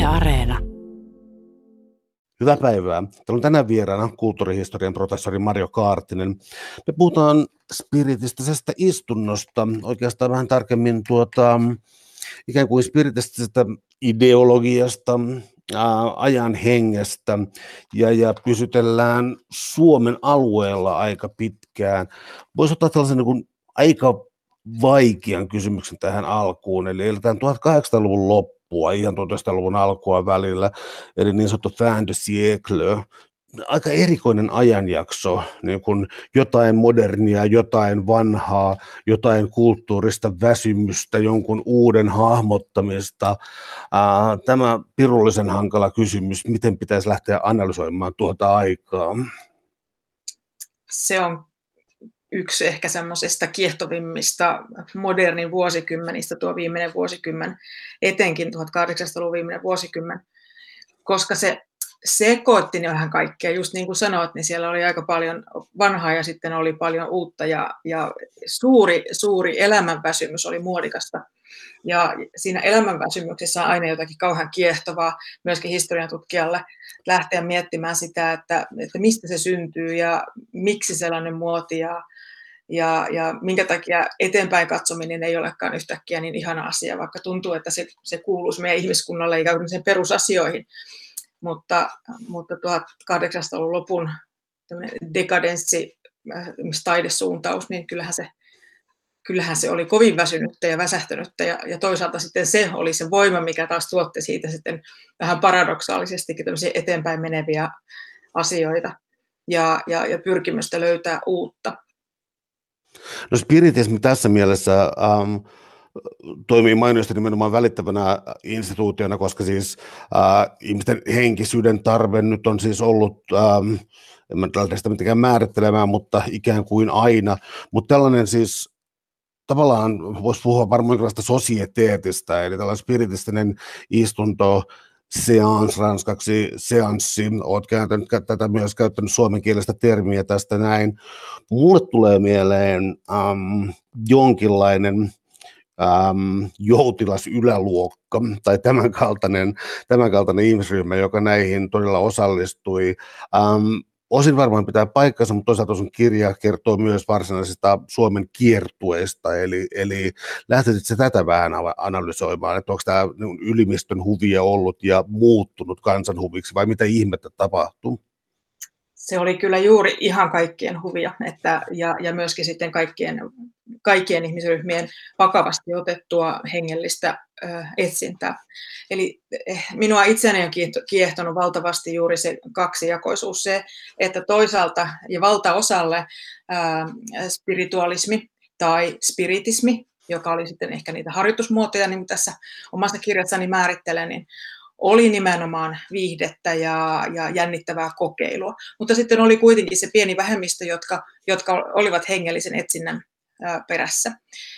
Areena. Hyvää päivää. Täällä on tänään vieraana kulttuurihistorian professori Marjo Kaartinen. Me puhutaan spiritistisesta istunnosta, oikeastaan vähän tarkemmin ikään kuin spiritistisesta ideologiasta, ajan hengestä ja pysytellään Suomen alueella aika pitkään. Voisi ottaa tällaisen niin kuin aika vaikean kysymyksen tähän alkuun, eli eletään 1800-luvun loppua, ihan 1900-luvun alkua välillä, eli niin sanottu fin de siècle, aika erikoinen ajanjakso, niin kuin jotain modernia, jotain vanhaa, jotain kulttuurista väsymystä, jonkun uuden hahmottamista. Tämä pirullisen hankala kysymys, miten pitäisi lähteä analysoimaan tuota aikaa? Se on yksi ehkä semmoisista kiehtovimmista modernin vuosikymmenistä, tuo viimeinen vuosikymmen, etenkin 1800-luvun viimeinen vuosikymmen, koska se sekoitti vähän kaikkea. Just niin kuin sanoit, niin siellä oli aika paljon vanhaa ja sitten oli paljon uutta ja suuri elämänväsymys oli muodikasta. Ja siinä elämänväsymyksessä on aina jotakin kauhean kiehtovaa myöskin historiantutkijalle lähteä miettimään sitä, että mistä se syntyy ja miksi sellainen muoti ja minkä takia eteenpäin katsominen ei olekaan yhtäkkiä niin ihana asia, vaikka tuntuu, että se kuuluisi meidän ihmiskunnalle ikään kuin sen perusasioihin. Mutta 1800-luvun lopun dekadenssi, taidesuuntaus, niin kyllähän se oli kovin väsynyttä ja väsähtynyttä ja toisaalta sitten se oli se voima, mikä taas tuotti siitä sitten vähän paradoksaalisestikin tämmöisiä eteenpäin meneviä asioita ja pyrkimystä löytää uutta. No spiritismi tässä mielessä toimii mainiosti nimenomaan välittävänä instituutiona, koska siis ihmisten henkisyyden tarve nyt on siis ollut, en mä tästä mitenkään määrittelemään, mutta ikään kuin aina, mutta tällainen siis tavallaan voisi puhua varmaan jonkinlaista societeetista, eli tällainen spiritistinen istunto, seance, ranskaksi seanssi, olet tätä myös käyttänyt suomenkielistä termiä tästä näin. Mulle tulee mieleen jonkinlainen joutilas yläluokka tai tämänkaltainen ihmisryhmä, joka näihin todella osallistui. Osin varmaan pitää paikkansa, mutta toisaalta sun kirja kertoo myös varsinaisista Suomen kiertueista, eli lähtisit se tätä vähän analysoimaan, että onko tämä ylimistön huvia ollut ja muuttunut kansanhuviksi vai mitä ihmettä tapahtuu? Se oli kyllä juuri ihan kaikkien huvia ja myöskin sitten kaikkien ihmisryhmien vakavasti otettua hengellistä etsintää. Eli minua itseäni on kiehtonut valtavasti juuri se kaksijakoisuus, se, että toisaalta ja valtaosalle spiritualismi tai spiritismi, joka oli sitten ehkä niitä harjoitusmuotoja, niin tässä omassa kirjassani määrittelen, niin oli nimenomaan viihdettä ja jännittävää kokeilua. Mutta sitten oli kuitenkin se pieni vähemmistö, jotka olivat hengellisen etsinnän perässä.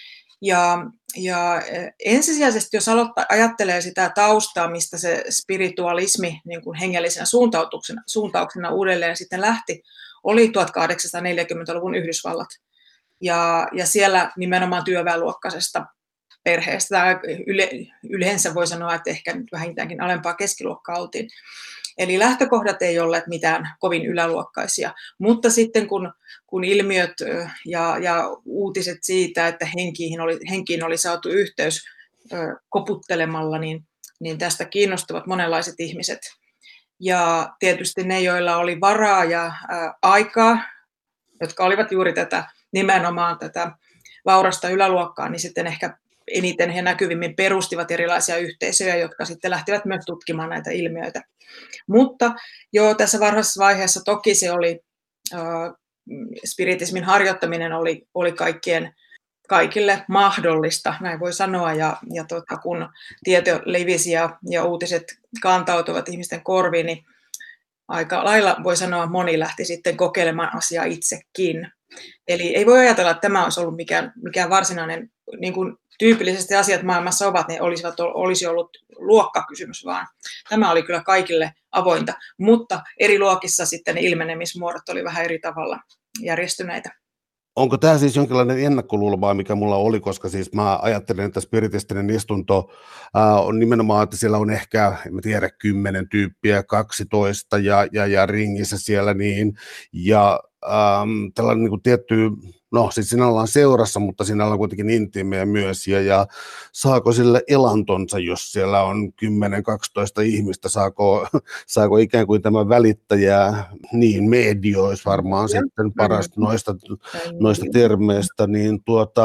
Ja ensisijaisesti, jos ajattelee sitä taustaa, mistä se spiritualismi niin kuin hengellisenä suuntauksena uudelleen sitten lähti, oli 1840-luvun Yhdysvallat. Ja siellä nimenomaan työväenluokkaisesta perheestä. Yleensä voi sanoa, että ehkä nyt vähintäänkin alempaa keskiluokkaa oltiin. Eli lähtökohdat ei olleet mitään kovin yläluokkaisia, mutta sitten kun ilmiöt ja uutiset siitä, että henkiin oli saatu yhteys koputtelemalla, niin tästä kiinnostuvat monenlaiset ihmiset. Ja tietysti ne, joilla oli varaa ja aikaa, jotka olivat juuri nimenomaan tätä vaurasta yläluokkaa, niin sitten ehkä eniten he näkyvimmin perustivat erilaisia yhteisöjä, jotka sitten lähtivät myös tutkimaan näitä ilmiöitä. Mutta jo tässä varhaisessa vaiheessa toki se oli, spiritismin harjoittaminen oli kaikille mahdollista, näin voi sanoa, ja kun tieto levisi ja uutiset kantautuvat ihmisten korviin, niin aika lailla voi sanoa, moni lähti sitten kokeilemaan asiaa itsekin. Eli ei voi ajatella, että tämä olisi ollut mikään varsinainen, niin kuin tyypillisesti asiat maailmassa ovat, ne olisi ollut luokkakysymys, vaan tämä oli kyllä kaikille avointa, mutta eri luokissa sitten ne ilmenemismuodot oli vähän eri tavalla järjestyneitä. Onko tämä siis jonkinlainen ennakkoluulo, mikä mulla oli, koska siis mä ajattelin, että spiritistinen istunto on nimenomaan, että siellä on ehkä, en mä tiedä, 10 tyyppiä, 12 ja ringissä siellä niin, ja tällainen niin kuin tietty, no siis siinä ollaan seurassa, mutta siinä ollaan kuitenkin intiimejä myös, ja saako sille elantonsa, jos siellä on 10-12 ihmistä, saako ikään kuin tämä välittäjä, niin medio olisi varmaan sitten paras noista termeistä, niin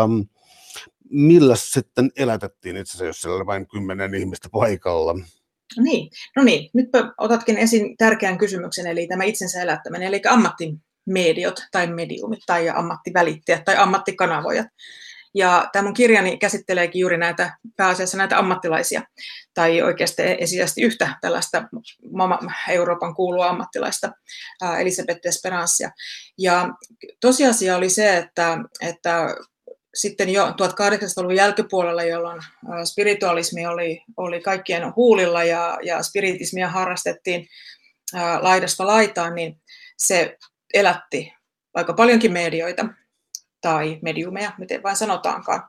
millä sitten elätettiin itse asiassa, jos siellä oli vain 10 ihmistä paikalla? No niin, nyt otatkin esiin tärkeän kysymyksen, eli tämä itsensä elättäminen, eli ammattimediot tai mediumit tai ammattivälittäjät tai ammattikanavoijat. Ja tämä mun kirjani käsitteleekin juuri pääasiassa näitä ammattilaisia, tai oikeastaan ensisijaisesti yhtä tällaista Euroopan kuulua ammattilaista, Elisabeth Desperancea. Ja tosiasia oli se, että sitten jo 1800-luvun jälkipuolella, jolloin spiritualismi oli kaikkien huulilla ja spiritismia harrastettiin laidasta laitaan, niin se elätti aika paljonkin medioita tai mediumeja, miten vain sanotaankaan.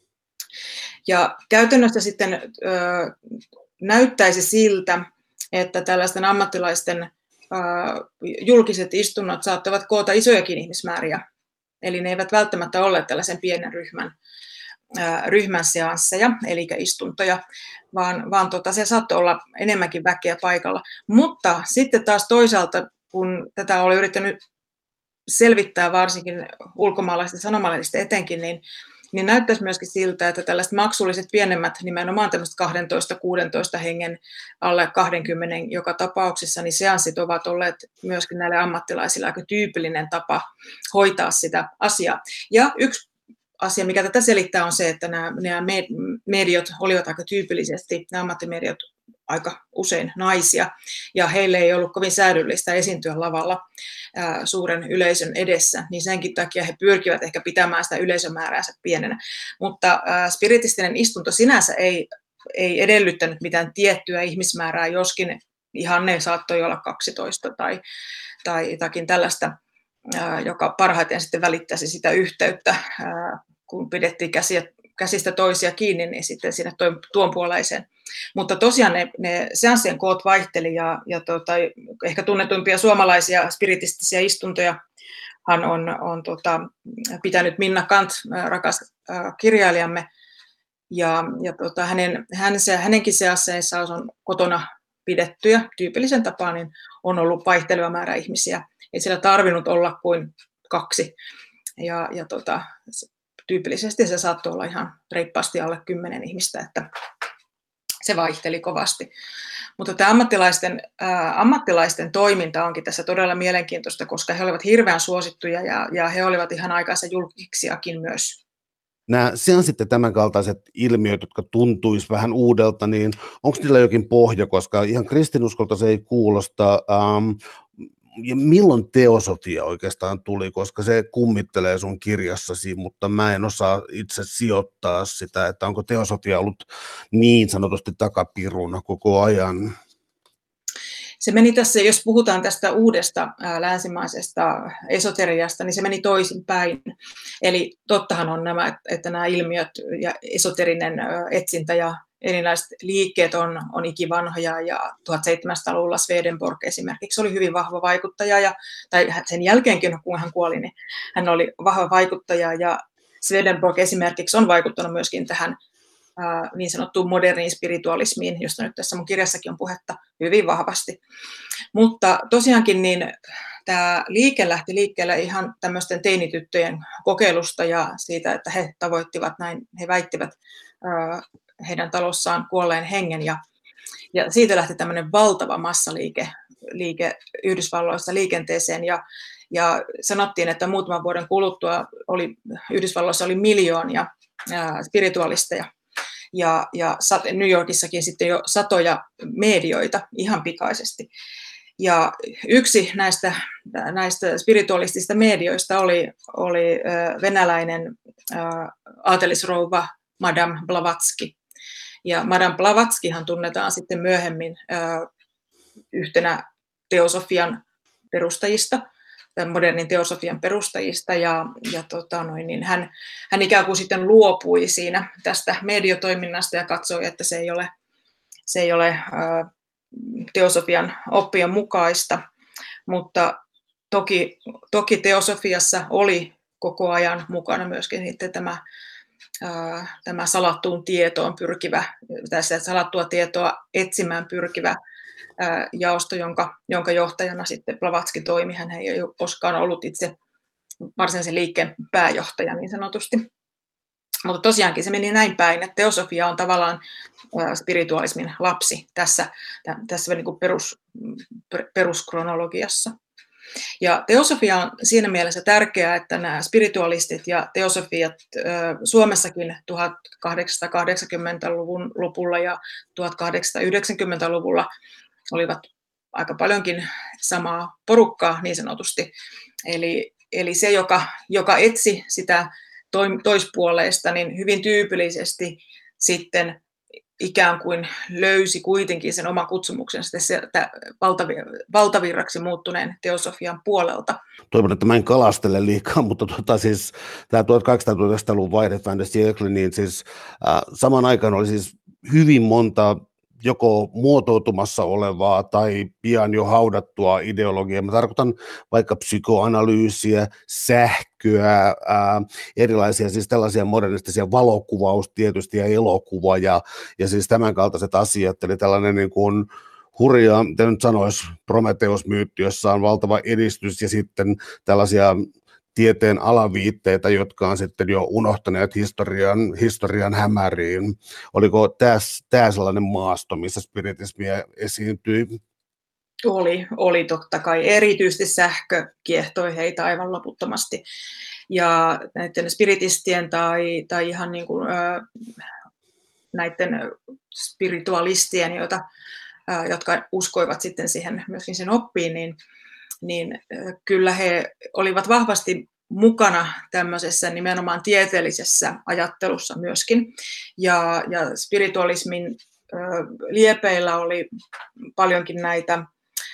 Ja käytännössä sitten näyttäisi siltä, että tällaisten ammattilaisten julkiset istunnot saattavat koota isojakin ihmismääriä. Eli ne eivät välttämättä olleet tällaisen pienen ryhmän seansseja, eli istuntoja, vaan se saattoi olla enemmänkin väkeä paikalla. Mutta sitten taas toisaalta, kun tätä oli yrittänyt selvittää varsinkin ulkomaalaisten sanomalehdistä etenkin, niin näyttäisi myöskin siltä, että tällaiset maksulliset pienemmät, nimenomaan tämmöiset 12-16 hengen alle 20 joka tapauksessa, niin seanssit ovat olleet myöskin näille ammattilaisille aika tyypillinen tapa hoitaa sitä asiaa. Ja yksi asia, mikä tätä selittää, on se, että nämä mediot olivat aika tyypillisesti, nämä ammattimediot aika usein naisia, ja heille ei ollut kovin säädyllistä esiintyä lavalla suuren yleisön edessä, niin senkin takia he pyrkivät ehkä pitämään sitä yleisömääräänsä pienenä. Mutta spiritistinen istunto sinänsä ei edellyttänyt mitään tiettyä ihmismäärää, joskin ihan ne saattoi olla 12 tai jotakin tällaista, joka parhaiten sitten välittäisi sitä yhteyttä, kun pidettiin käsistä toisia kiinni, niin sitten sinne tuonpuoleiseen. Mutta tosiaan ne seanssien koot vaihteli ja ehkä tunnetuimpia suomalaisia spiritistisiä istuntoja on pitänyt Minna Kant, rakas kirjailijamme, ja hänenkin seansseissa on kotona pidettyjä tyypillisen tapaan, niin on ollut vaihteleva määrä ihmisiä. Ei siellä tarvinnut olla kuin 2. Ja tyypillisesti se saattoi olla ihan reippaasti alle 10 ihmistä, että se vaihteli kovasti. Mutta tämä ammattilaisten toiminta onkin tässä todella mielenkiintoista, koska he olivat hirveän suosittuja ja he olivat ihan aikaisen julkiksiakin myös. Nämä seanssit ja tämän kaltaiset ilmiöt, jotka tuntuisi vähän uudelta, niin onko niillä jokin pohja, koska ihan kristinuskolta se ei kuulosta. Ja milloin teosofia oikeastaan tuli, koska se kummittelee sun kirjassasi, mutta mä en osaa itse sijoittaa sitä, että onko teosofia ollut niin sanotusti takapiruna koko ajan. Se meni tässä, jos puhutaan tästä uudesta länsimaisesta esoteriasta, niin se meni toisinpäin. Eli tottahan on että nämä ilmiöt ja esoterinen etsintä ja erilaiset liikkeet on ikivanhoja, ja 1700-luvulla Swedenborg esimerkiksi oli hyvin vahva vaikuttaja, tai sen jälkeenkin, kun hän kuoli, niin hän oli vahva vaikuttaja, ja Swedenborg esimerkiksi on vaikuttanut myöskin tähän niin sanottuun moderniin spiritualismiin, josta nyt tässä mun kirjassakin on puhetta hyvin vahvasti. Mutta tosiaankin niin tämä liike lähti liikkeelle ihan tämmöisten teinityttöjen kokeilusta ja siitä, että he tavoittivat näin, he väittivät heidän talossaan kuolleen hengen, ja siitä lähti tämmöinen valtava massaliike Yhdysvalloissa liikenteeseen, ja sanottiin, että muutaman vuoden kuluttua Yhdysvalloissa oli miljoonia spiritualisteja, ja New Yorkissakin sitten jo satoja medioita ihan pikaisesti. Ja yksi näistä spiritualistisista medioista oli venäläinen aatelisrouva Madame Blavatsky. Ja Madame Blavatskyhan tunnetaan sitten myöhemmin yhtenä teosofian perustajista, tämän modernin teosofian perustajista, ja niin hän ikään kuin sitten luopui siinä tästä mediotoiminnasta ja katsoi, että se ei ole teosofian oppien mukaista, mutta toki teosofiassa oli koko ajan mukana myöskin sitten tämä salattuun tietoon pyrkivä, tässä salattua tietoa etsimään pyrkivä jaosto, jonka johtajana sitten Blavatsky toimi. Hän ei ole koskaan ollut itse varsinaisen liikkeen pääjohtaja niin sanotusti. Mutta tosiaankin se meni näin päin, että teosofia on tavallaan spiritualismin lapsi tässä niin kuin peruskronologiassa. Ja teosofia on siinä mielessä tärkeää, että nämä spiritualistit ja teosofiat Suomessakin 1880-luvun lopulla ja 1890-luvulla olivat aika paljonkin samaa porukkaa niin sanotusti. Eli se, joka etsi sitä toispuoleista, niin hyvin tyypillisesti sitten ikään kuin löysi kuitenkin sen oman kutsumuksensa sieltä valtavirraksi muuttuneen teosofian puolelta. Toivon, että mä en kalastele liikaa, mutta siis tämä 1800-luvun vaihde Fin de siècle, niin siis saman aikaan oli siis hyvin monta joko muotoutumassa olevaa tai pian jo haudattua ideologiaa. Mä tarkoitan vaikka psykoanalyysiä, sähköä, erilaisia siis tällaisia modernistisia valokuvaus tietysti ja elokuva ja siis tämän kaltaiset asiat. Eli tällainen niin kuin hurja, mitä nyt sanoisi, Prometheus-myytti, jossa on valtava edistys ja sitten tällaisia tieteen alaviitteitä, jotka on sitten jo unohtaneet historian hämäriin. Oliko tämä sellainen maasto, missä spiritismiä esiintyi? Oli totta kai. Erityisesti sähkö kiehtoi heitä aivan loputtomasti. Ja näiden spiritistien tai ihan niin kuin, näiden spiritualistien, jotka uskoivat sitten myöskin sen oppiin, niin kyllä he olivat vahvasti mukana tämmöisessä nimenomaan tieteellisessä ajattelussa myöskin. Ja spiritualismin liepeillä oli paljonkin näitä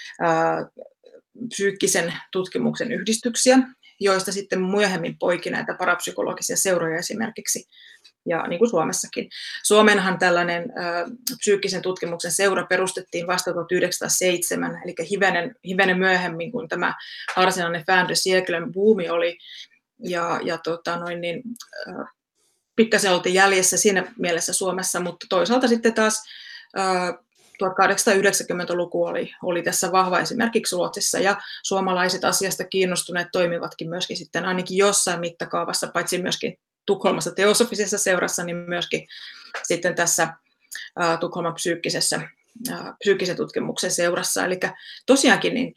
psyykkisen tutkimuksen yhdistyksiä, joista sitten myöhemmin poiki näitä parapsykologisia seuroja esimerkiksi, ja niin kuin Suomessakin. Suomenhan tällainen psyykkisen tutkimuksen seura perustettiin vasta 1907, eli hivenen myöhemmin, kun tämä varsinainen Fin de siècle buumi oli, ja pikkasen oltiin jäljessä siinä mielessä Suomessa, mutta toisaalta sitten taas 1890-luku oli tässä vahva esimerkiksi Ruotsissa, ja suomalaiset asiasta kiinnostuneet toimivatkin myöskin sitten ainakin jossain mittakaavassa, paitsi myöskin Tukholmassa teosofisessa seurassa, niin myöskin sitten tässä Tukholman psyykkisen tutkimuksen seurassa. Eli tosiaankin niin,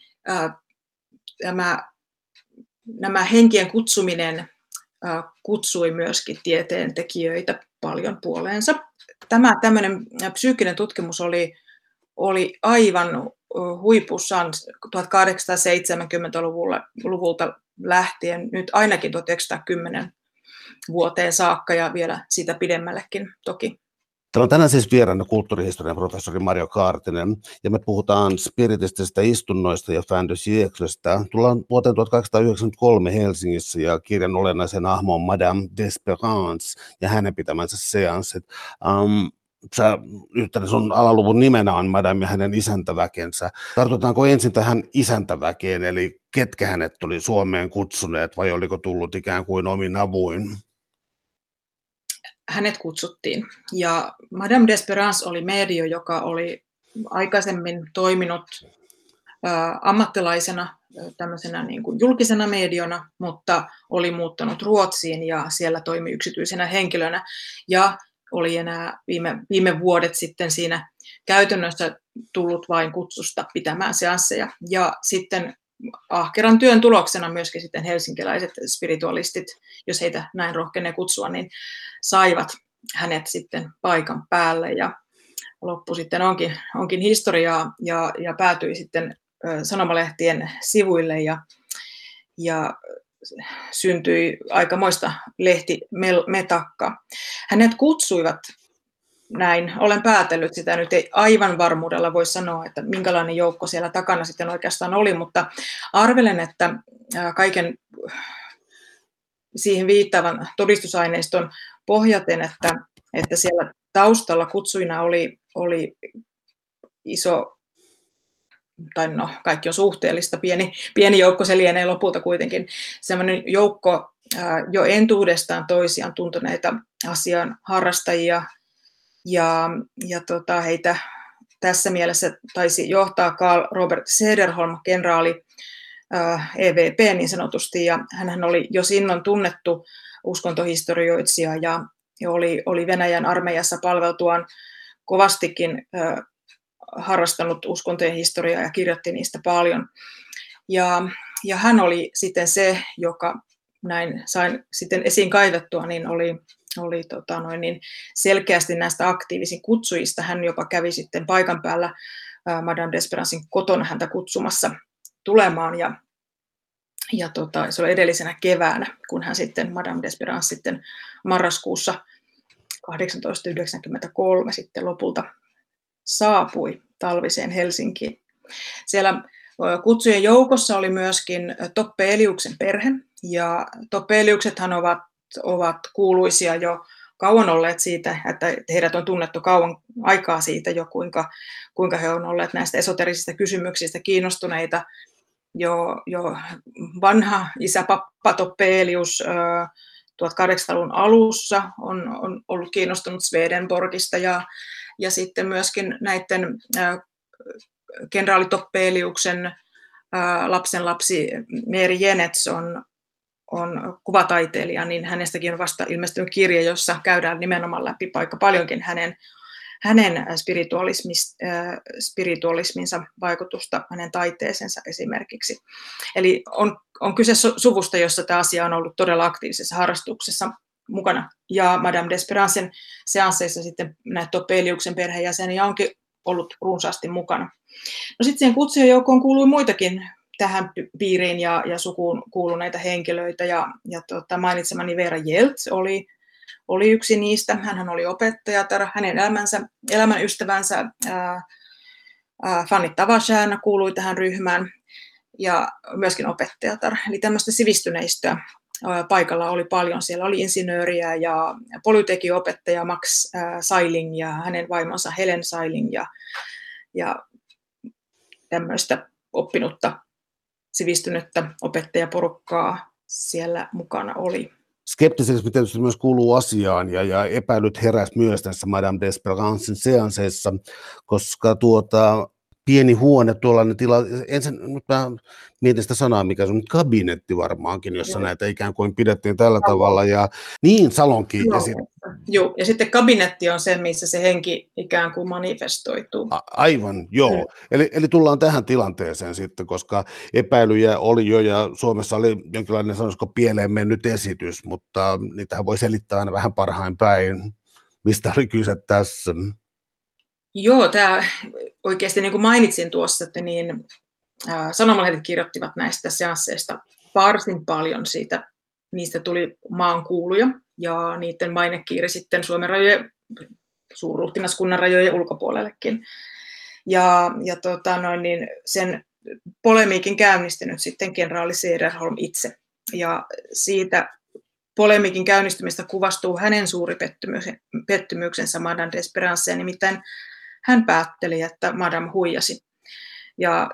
nämä henkien kutsuminen kutsui myöskin tieteentekijöitä paljon puoleensa. Tämä tämmöinen psyykkinen tutkimus oli aivan huipussaan 1870-luvulta lähtien, nyt ainakin 1910 vuoteen saakka ja vielä siitä pidemmällekin toki. Täällä on tänään siis vieraana kulttuurihistorian professori Marjo Kaartinen, ja me puhutaan spiritistisistä istunnoista ja Fin de sièclestä. Tullaan vuoteen 1893 Helsingissä, ja kirjan olennaisen hahmo on Madame d'Espérance ja hänen pitämänsä seanssit. Yhtenä sun alaluvun nimenä on Madame ja hänen isäntäväkensä. Tartutaanko ensin tähän isäntäväkeen, eli ketkä hänet tuli Suomeen kutsuneet, vai oliko tullut ikään kuin omin avuin? Hänet kutsuttiin, ja Madame d'Espérance oli medio, joka oli aikaisemmin toiminut ammattilaisena tämmöisenä niin kuin julkisena mediona, mutta oli muuttanut Ruotsiin ja siellä toimi yksityisenä henkilönä, ja oli enää viime vuodet sitten siinä käytännössä tullut vain kutsusta pitämään seansseja, ja sitten ahkeran työn tuloksena myöskin sitten helsinkiläiset spiritualistit, jos heitä näin rohkenee kutsua, niin saivat hänet sitten paikan päälle, ja loppu sitten onkin historiaa ja päätyi sitten sanomalehtien sivuille ja syntyi aikamoista lehtimetakkaa. Hänet kutsuivat näin olen päätellyt. Sitä nyt ei aivan varmuudella voi sanoa, että minkälainen joukko siellä takana sitten oikeastaan oli, mutta arvelen, että kaiken siihen viittaavan todistusaineiston pohjaten, että siellä taustalla kutsuina oli iso, tai no kaikki on suhteellista, pieni joukko se lienee lopulta kuitenkin, sellainen joukko jo entuudestaan toisiaan tuntuneita asian harrastajia, ja heitä tässä mielessä taisi johtaa Carl Robert Cederholm, kenraali, EVP niin sanotusti, ja hän oli jo silloin tunnettu uskontohistorioitsija ja oli Venäjän armeijassa palveltuaan kovastikin harrastanut uskontojen historiaa ja kirjoitti niistä paljon. Ja hän oli sitten se, joka näin sain sitten esiin kaivettua, niin oli niin selkeästi näistä aktiivisin kutsujista. Hän jopa kävi sitten paikan päällä Madame d'Espérancen kotona häntä kutsumassa tulemaan, ja se oli edellisenä keväänä, kun hän sitten, Madame d'Espérance sitten marraskuussa 1893 sitten lopulta saapui talviseen Helsinkiin. Siellä kutsujen joukossa oli myöskin Toppe-Eliuksen perhe, ja Toppe-Eliuksethan ovat kuuluisia jo kauan olleet siitä, että heidät on tunnettu kauan aikaa siitä jo, kuinka he on olleet näistä esoterisista kysymyksistä kiinnostuneita. Jo vanha isä Pappa Toppe-Elius 1800-luvun alussa on ollut kiinnostunut Swedenborgista, ja sitten myöskin näiden kenraali Toppe-Eliuksen lapsenlapsi Mary Jenets on kuvataiteilija, niin hänestäkin on vasta ilmestynyt kirja, jossa käydään nimenomaan läpi aika paljonkin hänen spiritualisminsa vaikutusta hänen taiteeseensa esimerkiksi. Eli on kyse suvusta, jossa tämä asia on ollut todella aktiivisessa harrastuksessa mukana. Ja Madame d'Espérancen seansseissa sitten näitä Toppe-Eliuksen perheenjäseniä onkin ollut runsaasti mukana. No sitten siihen kutsujen joukkoon kuului muitakin tähän piiriin ja sukuun kuuluneita henkilöitä, ja mainitsemani Vera Jeltz oli yksi niistä. Hänhän oli opettajatar, hänen elämän ystävänsä Fanny Tavasjärna kuului tähän ryhmään, ja myöskin opettajatar, eli tämmöistä sivistyneistöä paikalla oli paljon. Siellä oli insinööriä ja polytekiopettaja Max Seiling ja hänen vaimonsa Helen Seiling ja tämmöistä oppinutta sivistynyttä opettajaporukkaa siellä mukana oli. Skeptisismi tietysti myös kuuluu asiaan, ja epäilyt heräsi myös näissä Madame d'Espérancen seansseissa, koska pieni huone, tuollainen tila, nyt mä mietin sitä sanaa, mikä se on kabinetti varmaankin, jossa näitä ikään kuin pidettiin tällä tavalla, ja niin salonki. Joo, ja sitten kabinetti on se, missä se henki ikään kuin manifestoituu. Aivan, joo. Eli tullaan tähän tilanteeseen sitten, koska epäilyjä oli jo, ja Suomessa oli jonkinlainen, sanoisiko, pieleen mennyt esitys, mutta niitähän voi selittää aina vähän parhain päin. Mistä oli kyse tässä? Joo, tämä oikeasti niin kuin mainitsin tuossa, että sanomalehdet kirjoittivat näistä seansseista varsin paljon siitä. Niistä tuli maankuuluja, ja niiden maine kiiri sitten Suomen rajojen, suurruhtinaskunnan rajojen ulkopuolellekin. Sen polemiikin käynnistynyt sitten kenraali Cederholm itse. Ja siitä polemiikin käynnistymistä kuvastuu hänen suuri pettymyksensä Madame d'Espéranceen, nimittäin hän päätteli, että Madame huijasi. Ja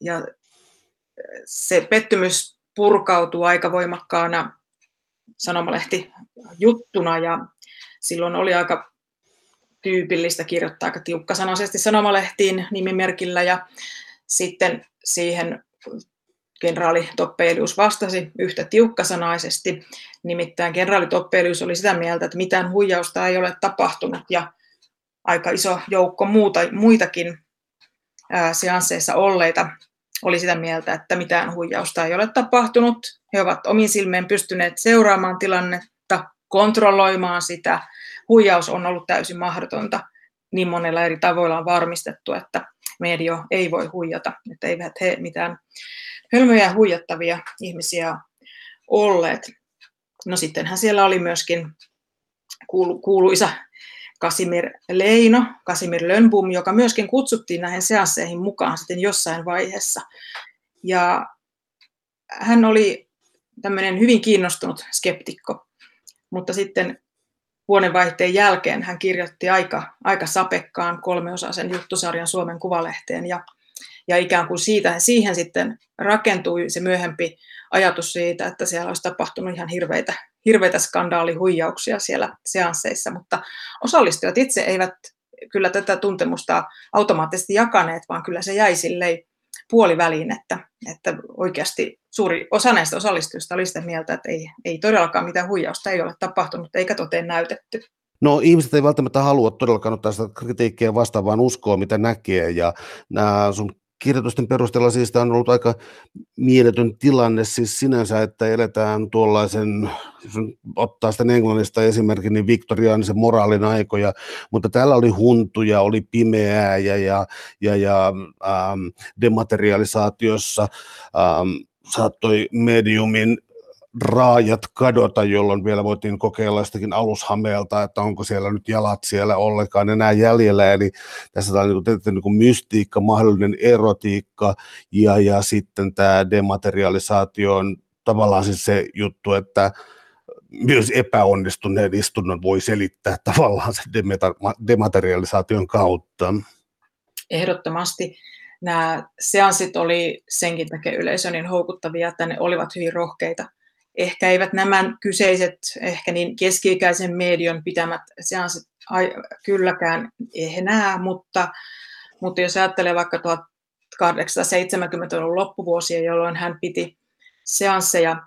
se pettymys purkautuu aika voimakkaana sanomalehtijuttuna, ja silloin oli aika tyypillistä kirjoittaa aika tiukkasanaisesti sanomalehtiin nimimerkillä, ja sitten siihen kenraali Toppe-Elius vastasi yhtä tiukkasanaisesti, nimittäin kenraali Toppe-Elius oli sitä mieltä, että mitään huijausta ei ole tapahtunut, ja aika iso joukko muitakin seansseissa olleita oli sitä mieltä, että mitään huijausta ei ole tapahtunut. He ovat omin silmeen pystyneet seuraamaan tilannetta, kontrolloimaan sitä. Huijaus on ollut täysin mahdotonta. Niin monella eri tavoilla on varmistettu, että media ei voi huijata, että eivät he mitään hölmöjä huijattavia ihmisiä olleet. No sittenhän siellä oli myöskin kuuluisa Casimir Leino, Casimir Lönnbom, joka myöskin kutsuttiin näihin seansseihin mukaan sitten jossain vaiheessa. Ja hän oli tämmöinen hyvin kiinnostunut skeptikko, mutta sitten vuodenvaihteen jälkeen hän kirjoitti aika sapekkaan 3-osaisen juttusarjan Suomen Kuvalehteen ja ikään kuin siihen sitten rakentui se myöhempi ajatus siitä, että siellä olisi tapahtunut ihan hirveitä skandaalihuijauksia siellä seansseissa, mutta osallistujat itse eivät kyllä tätä tuntemusta automaattisesti jakaneet, vaan kyllä se jäi silleen puoliväliin, että oikeasti suuri osa näistä osallistujista oli sitä mieltä, että ei todellakaan mitään huijausta ei ole tapahtunut eikä toteen näytetty. No ihmiset ei välttämättä halua todellakaan ottaa sitä kritiikkiä vastaan, vaan uskoa mitä näkee, ja nämä sun kirjoitusten perusteella siis tämä on ollut aika mieletön tilanne siis sinänsä, että eletään tuollaisen, jos ottaa sitä englannista esimerkin, niin viktoriaanisen moraalin aikoja, mutta täällä oli huntuja, oli pimeää ja dematerialisaatiossa saattoi mediumin raajat kadota, jolloin vielä voitiin kokeilla jostakin alushameelta, että onko siellä nyt jalat siellä ollenkaan enää jäljellä, eli tässä on niin mystiikka, mahdollinen erotiikka, ja sitten tämä dematerialisaatio on tavallaan siis se juttu, että myös epäonnistuneen istunnon voi selittää tavallaan sen dematerialisaation kautta. Ehdottomasti. Nämä seanssit oli senkin takia yleisö niin houkuttavia, että ne olivat hyvin rohkeita. Ehkä eivät nämä kyseiset, ehkä niin keski-ikäisen median pitämät seanssit kylläkään enää, mutta jos ajattelee vaikka 1870-luvun loppuvuosia, jolloin hän piti seansseja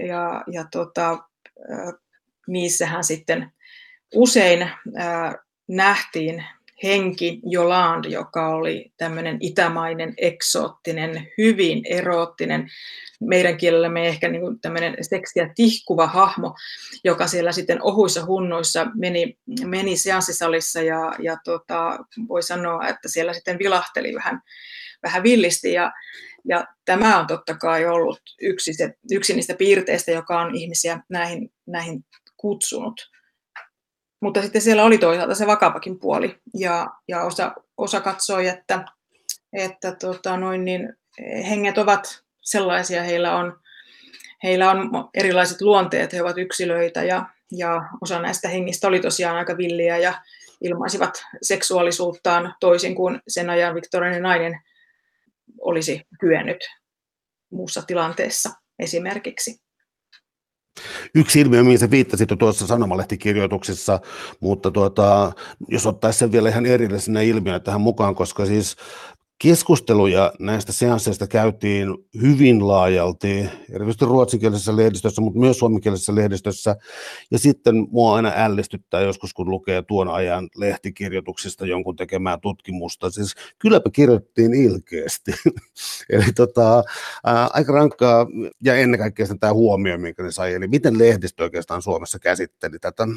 niissähän sitten usein nähtiin henki Yolande, joka oli tämmöinen itämainen, eksoottinen, hyvin eroottinen, meidän kielellämme ehkä niin kuin tämmöinen seksiä tihkuva hahmo, joka siellä sitten ohuissa hunnuissa meni seanssisalissa ja voi sanoa, että siellä sitten vilahteli vähän villisti ja tämä on totta kai ollut yksi niistä piirteistä, joka on ihmisiä näihin kutsunut. Mutta sitten siellä oli toisaalta se vakavakin puoli ja osa katsoi, että henget ovat sellaisia, heillä on erilaiset luonteet, he ovat yksilöitä ja osa näistä hengistä oli tosiaan aika villiä ja ilmaisivat seksuaalisuuttaan toisin kuin sen ajan viktoriaaninen nainen olisi kyennyt muussa tilanteessa esimerkiksi. Yksi ilmiö, mihin sä viittasit jo tuossa sanomalehtikirjoituksessa, mutta jos ottaisi sen vielä ihan erillisenä ilmiönä tähän mukaan, koska siis keskusteluja näistä seansseista käytiin hyvin laajalti, erityisesti ruotsinkielisessä lehdistössä, mutta myös suomenkielisessä lehdistössä, ja sitten mua aina ällistyttää joskus, kun lukee tuon ajan lehtikirjoituksista jonkun tekemää tutkimusta, siis kylläpä kirjoittiin ilkeästi, eli aika rankkaa, ja ennen kaikkea tämä huomio, minkä ne sai, eli miten lehdistö oikeastaan Suomessa käsitteli tätä?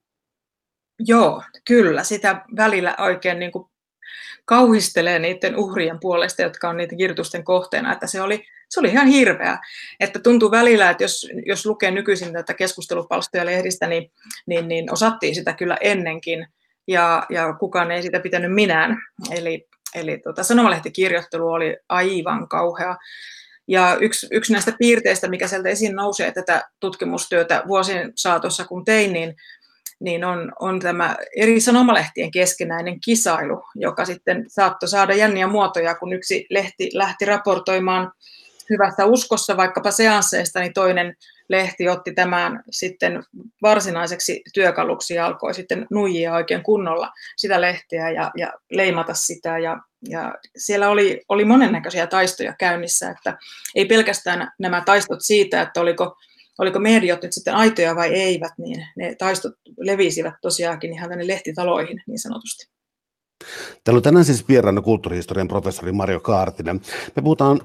Joo, kyllä, sitä välillä oikein niin kuin kauhistelee niiden uhrien puolesta, jotka on niiden kirjoitusten kohteena, että se oli ihan hirveä. Että tuntuu välillä, että jos lukee nykyisin tätä keskustelupalstoja lehdistä, niin osattiin sitä kyllä ennenkin, ja kukaan ei sitä pitänyt minään. Eli sanomalehtikirjoittelu oli aivan kauhea. Ja yksi näistä piirteistä, mikä sieltä esiin nousee tätä tutkimustyötä vuosien saatossa, kun tein, niin on tämä eri sanomalehtien keskenäinen kisailu, joka sitten saattoi saada jänniä muotoja, kun yksi lehti lähti raportoimaan hyvässä uskossa vaikkapa seansseista, niin toinen lehti otti tämän sitten varsinaiseksi työkaluksi ja alkoi sitten nuijia oikein kunnolla sitä lehteä ja leimata sitä. Ja siellä oli monennäköisiä taistoja käynnissä, että ei pelkästään nämä taistot siitä, että oliko mediat nyt sitten aitoja vai eivät, niin ne taistot levisivät tosiaankin ihan tänne lehtitaloihin niin sanotusti. Täällä on tänään siis vieraana kulttuurihistorian professori Marjo Kaartinen. Me puhutaan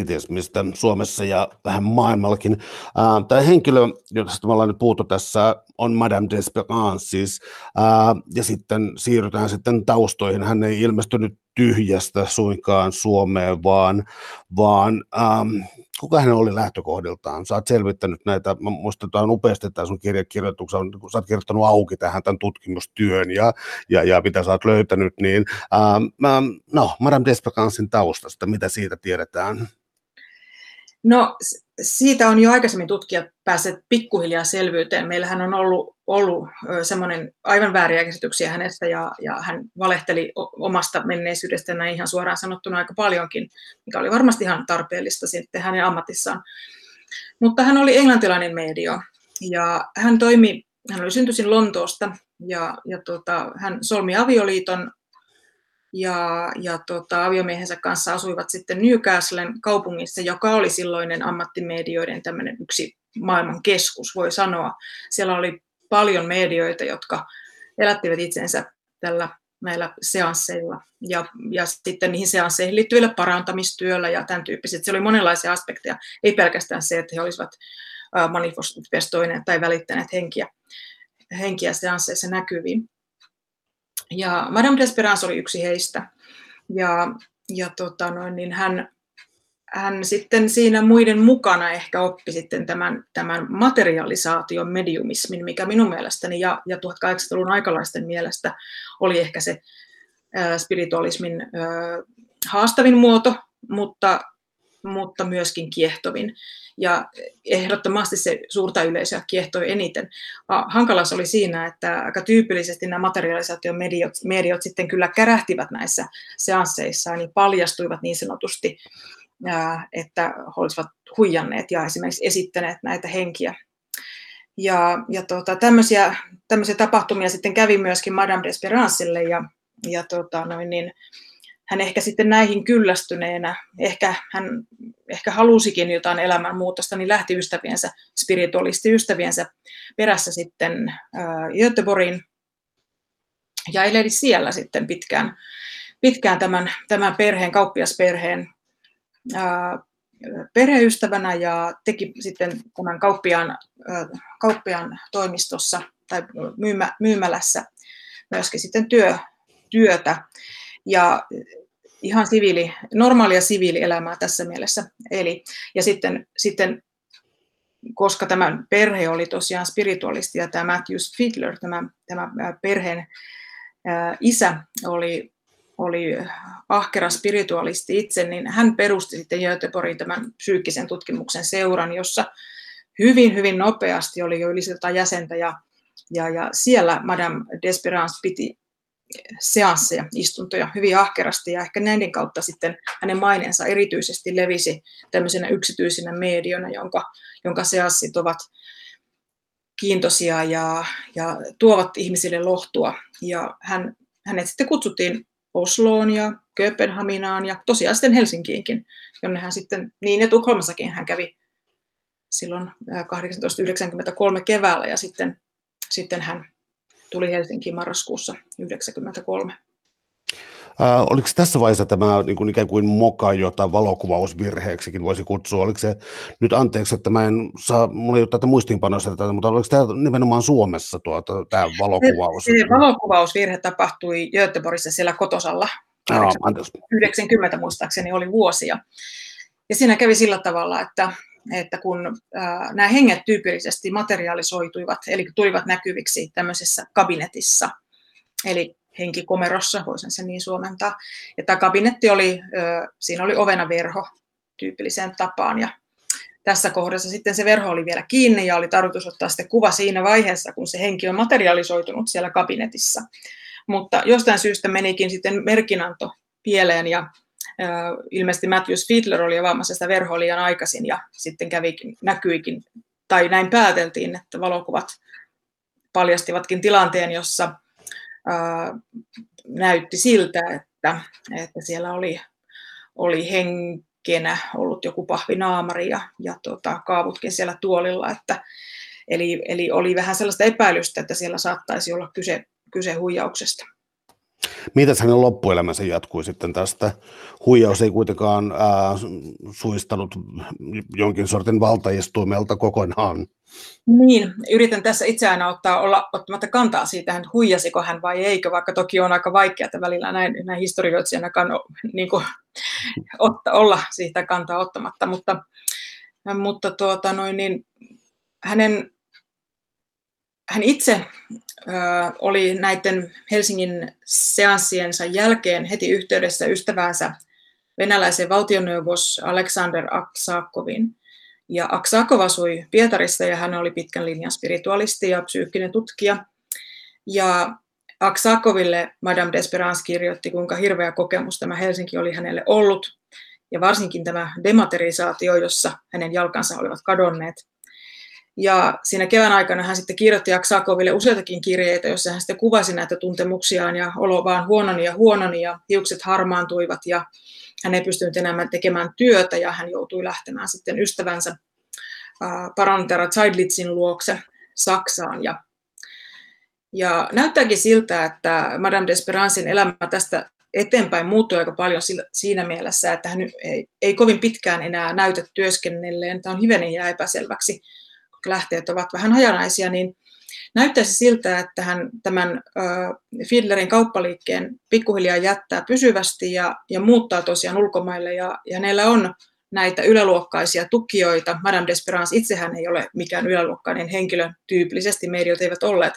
spiritismistä Suomessa ja vähän maailmallakin. Tämä henkilö, josta me ollaan nyt puhuttu tässä, on Madame d'Espérance siis, ja sitten siirrytään sitten taustoihin. Hän ei ilmestynyt tyhjästä suinkaan Suomeen, vaan kuka hän oli lähtökohdiltaan? Sä oot selvittänyt näitä, mä muistetaan upeasti tämän sun kirjakirjoituksen, kun sä oot kirjoittanut auki tähän tämän tutkimustyön ja mitä sä oot löytänyt, niin Madame d'Espérancein taustasta, mitä siitä tiedetään? No siitä on jo aikaisemmin tutkijat päässeet pikkuhiljaa selvyyteen. Meillähän on ollut semmoinen aivan vääriä käsityksiä hänestä ja hän valehteli omasta menneisyydestä näin ihan suoraan sanottuna aika paljonkin, mikä oli varmasti ihan tarpeellista sitten hänen ammatissaan. Mutta hän oli englantilainen medio ja hän oli syntyisin Lontoosta ja hän solmi avioliiton ja aviomiehensä kanssa asuivat sitten Newcastlen kaupungissa, joka oli silloinen ammattimedioiden tämmöinen yksi maailman keskus, voi sanoa. Siellä oli paljon medioita, jotka elättivät itsensä näillä seansseilla ja sitten niihin seansseihin liittyvillä parantamistyöllä ja tämän tyyppiset. Siellä oli monenlaisia aspekteja, ei pelkästään se, että he olisivat manifestoineet tai välittäneet henkiä seansseissa näkyviin. Ja Madame d'Espérance oli yksi heistä. Niin hän sitten siinä muiden mukana ehkä oppi sitten tämän materialisaation mediumismin, mikä minun mielestäni ja 1800-luvun aikalaisten mielestä oli ehkä se spiritualismin haastavin muoto, mutta myöskin kiehtovin. Ja ehdottomasti se suurta yleisöä kiehtoi eniten. Hankalas oli siinä, että aika tyypillisesti nämä materialisaation mediot sitten kyllä kärähtivät näissä seansseissaan ja paljastuivat niin sanotusti, että he olisivat huijanneet ja esimerkiksi esittäneet näitä henkiä. Tämmöisiä tapahtumia sitten kävi myöskin Madame d'Espérancelle hän ehkä sitten näihin kyllästyneenä, ehkä halusikin jotain elämänmuutosta, niin lähti spiritualistiystäviensä perässä sitten Göteborgiin ja eli siellä sitten pitkään tämän kauppiasperheen perheystävänä ja teki sitten tämän kauppiaan toimistossa tai myymälässä myöskin sitten työtä. Ja ihan normaalia siviilielämää tässä mielessä eli. Ja sitten koska tämä perhe oli tosiaan spiritualisti ja tämä Matthews Fiedler, tämä perheen isä oli ahkera spiritualisti itse, niin hän perusti sitten Göteborgin tämän psyykkisen tutkimuksen seuran, jossa hyvin, hyvin nopeasti oli jo yli 100 jäsentä ja siellä Madame d'Espérance piti seansseja, istuntoja hyvin ahkerasti ja ehkä näiden kautta sitten hänen maineensa erityisesti levisi tämmöisenä yksityisenä mediona, jonka seanssit ovat kiintoisia ja tuovat ihmisille lohtua. Ja hänet sitten kutsuttiin Osloon ja Kööpenhaminaan ja tosiaan sitten Helsinkiinkin, jonne hän sitten, niin ja Tukholmassakin hän kävi silloin 1893 keväällä ja sitten hän tuli Helsinkiin marraskuussa 1993. Oliko tässä vaiheessa tämä niin kuin ikään kuin moka, jota valokuvausvirheeksikin voisi kutsua? Oliko se, nyt anteeksi, että mä en saa, mulla ei ole tätä muistiinpanossa, mutta oliko tämä nimenomaan Suomessa tämä valokuvaus? Se valokuvausvirhe tapahtui Göteborgissa siellä Kotosalla. 90 muistaakseni oli vuosia. Ja siinä kävi sillä tavalla, että kun nämä henget tyypillisesti materialisoituivat, eli tulivat näkyviksi tämmöisessä kabinetissa, eli henkikomerossa, voisin sen niin suomentaa. Ja tämä kabinetti siinä oli ovena verho tyypilliseen tapaan, ja tässä kohdassa sitten se verho oli vielä kiinni, ja oli tarkoitus ottaa sitten kuva siinä vaiheessa, kun se henki on materialisoitunut siellä kabinetissa. Mutta jostain syystä menikin sitten merkinanto pieleen, ja ilmeisesti Matthews Fiedler oli avaamassa sitä verhoa liian aikaisin, ja sitten näkyikin, tai näin pääteltiin, että valokuvat paljastivatkin tilanteen, jossa näytti siltä, että siellä oli henkenä ollut joku pahvinaamari ja kaavutkin siellä tuolilla, eli oli vähän sellaista epäilystä, että siellä saattaisi olla kyse huijauksesta. Mitäs hänen loppuelämänsä jatkui sitten tästä? Huijaus ei kuitenkaan suistanut jonkin sortin valtaistuimelta kokonaan. Niin, yritän tässä itse aina olla ottamatta kantaa siitä, että huijasiko hän vai eikö, vaikka toki on aika vaikeaa välillä näin historioitsijana niin olla siitä kantaa ottamatta, mutta hän itse oli näiden Helsingin seanssiensa jälkeen heti yhteydessä ystäväänsä venäläisen valtioneuvos Aleksander Aksakovin. Ja Aksakov asui Pietarissa ja hän oli pitkän linjan spiritualisti ja psyykkinen tutkija. Ja Aksakoville Madame d'Espérance kirjoitti, kuinka hirveä kokemus tämä Helsinki oli hänelle ollut. Ja varsinkin tämä dematerisaatio, jossa hänen jalkansa olivat kadonneet. Ja siinä kevään aikana hän sitten kirjoitti Aksakoville useitakin kirjeitä, joissa hän sitten kuvasi näitä tuntemuksiaan ja olo vaan huononi ja hiukset harmaantuivat ja hän ei pystynyt enää tekemään työtä ja hän joutui lähtemään sitten ystävänsä Parantera Zeidlitzin luokse Saksaan. Ja näyttääkin siltä, että Madame d'Espérancen elämä tästä eteenpäin muuttui aika paljon siinä mielessä, että hän ei kovin pitkään enää näytä työskennelleen. Tämä on hivenen jää epäselväksi, koska lähteet ovat vähän hajanaisia, niin näyttäisi siltä, että hän tämän Fiedlerin kauppaliikkeen pikkuhiljaa jättää pysyvästi ja muuttaa tosiaan ulkomaille. Ja hänellä on näitä yläluokkaisia tukijoita. Madame d'Espérance itsehän ei ole mikään yläluokkainen henkilö, tyypillisesti mediot eivät olleet.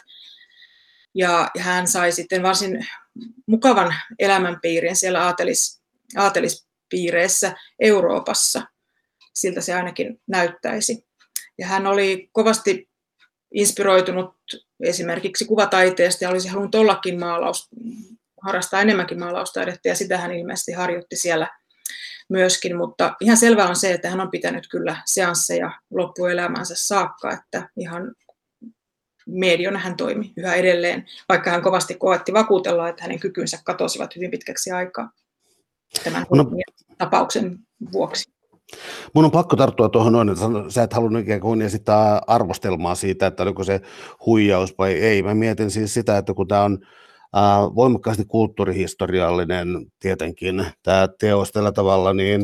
Ja hän sai sitten varsin mukavan elämänpiirin siellä aatelispiireissä Euroopassa. Siltä se ainakin näyttäisi. Ja hän oli kovasti inspiroitunut esimerkiksi kuvataiteesta ja olisi halunnut ollakin harrastaa enemmänkin maalaustaidetta ja sitä hän ilmeisesti harjoitti siellä myöskin, mutta ihan selvää on se, että hän on pitänyt kyllä seansseja loppuelämänsä saakka, että ihan mediona hän toimi yhä edelleen, vaikka hän kovasti koetti vakuutella, että hänen kykynsä katosivat hyvin pitkäksi aikaa tämän tapauksen vuoksi. Mun on pakko tarttua tuohon noin, että sä et halunnut ikään kuin esittää arvostelmaa siitä, että oliko se huijaus vai ei. Mä mietin siis sitä, että kun tämä on voimakkaasti kulttuurihistoriallinen tietenkin tämä teos tällä tavalla, niin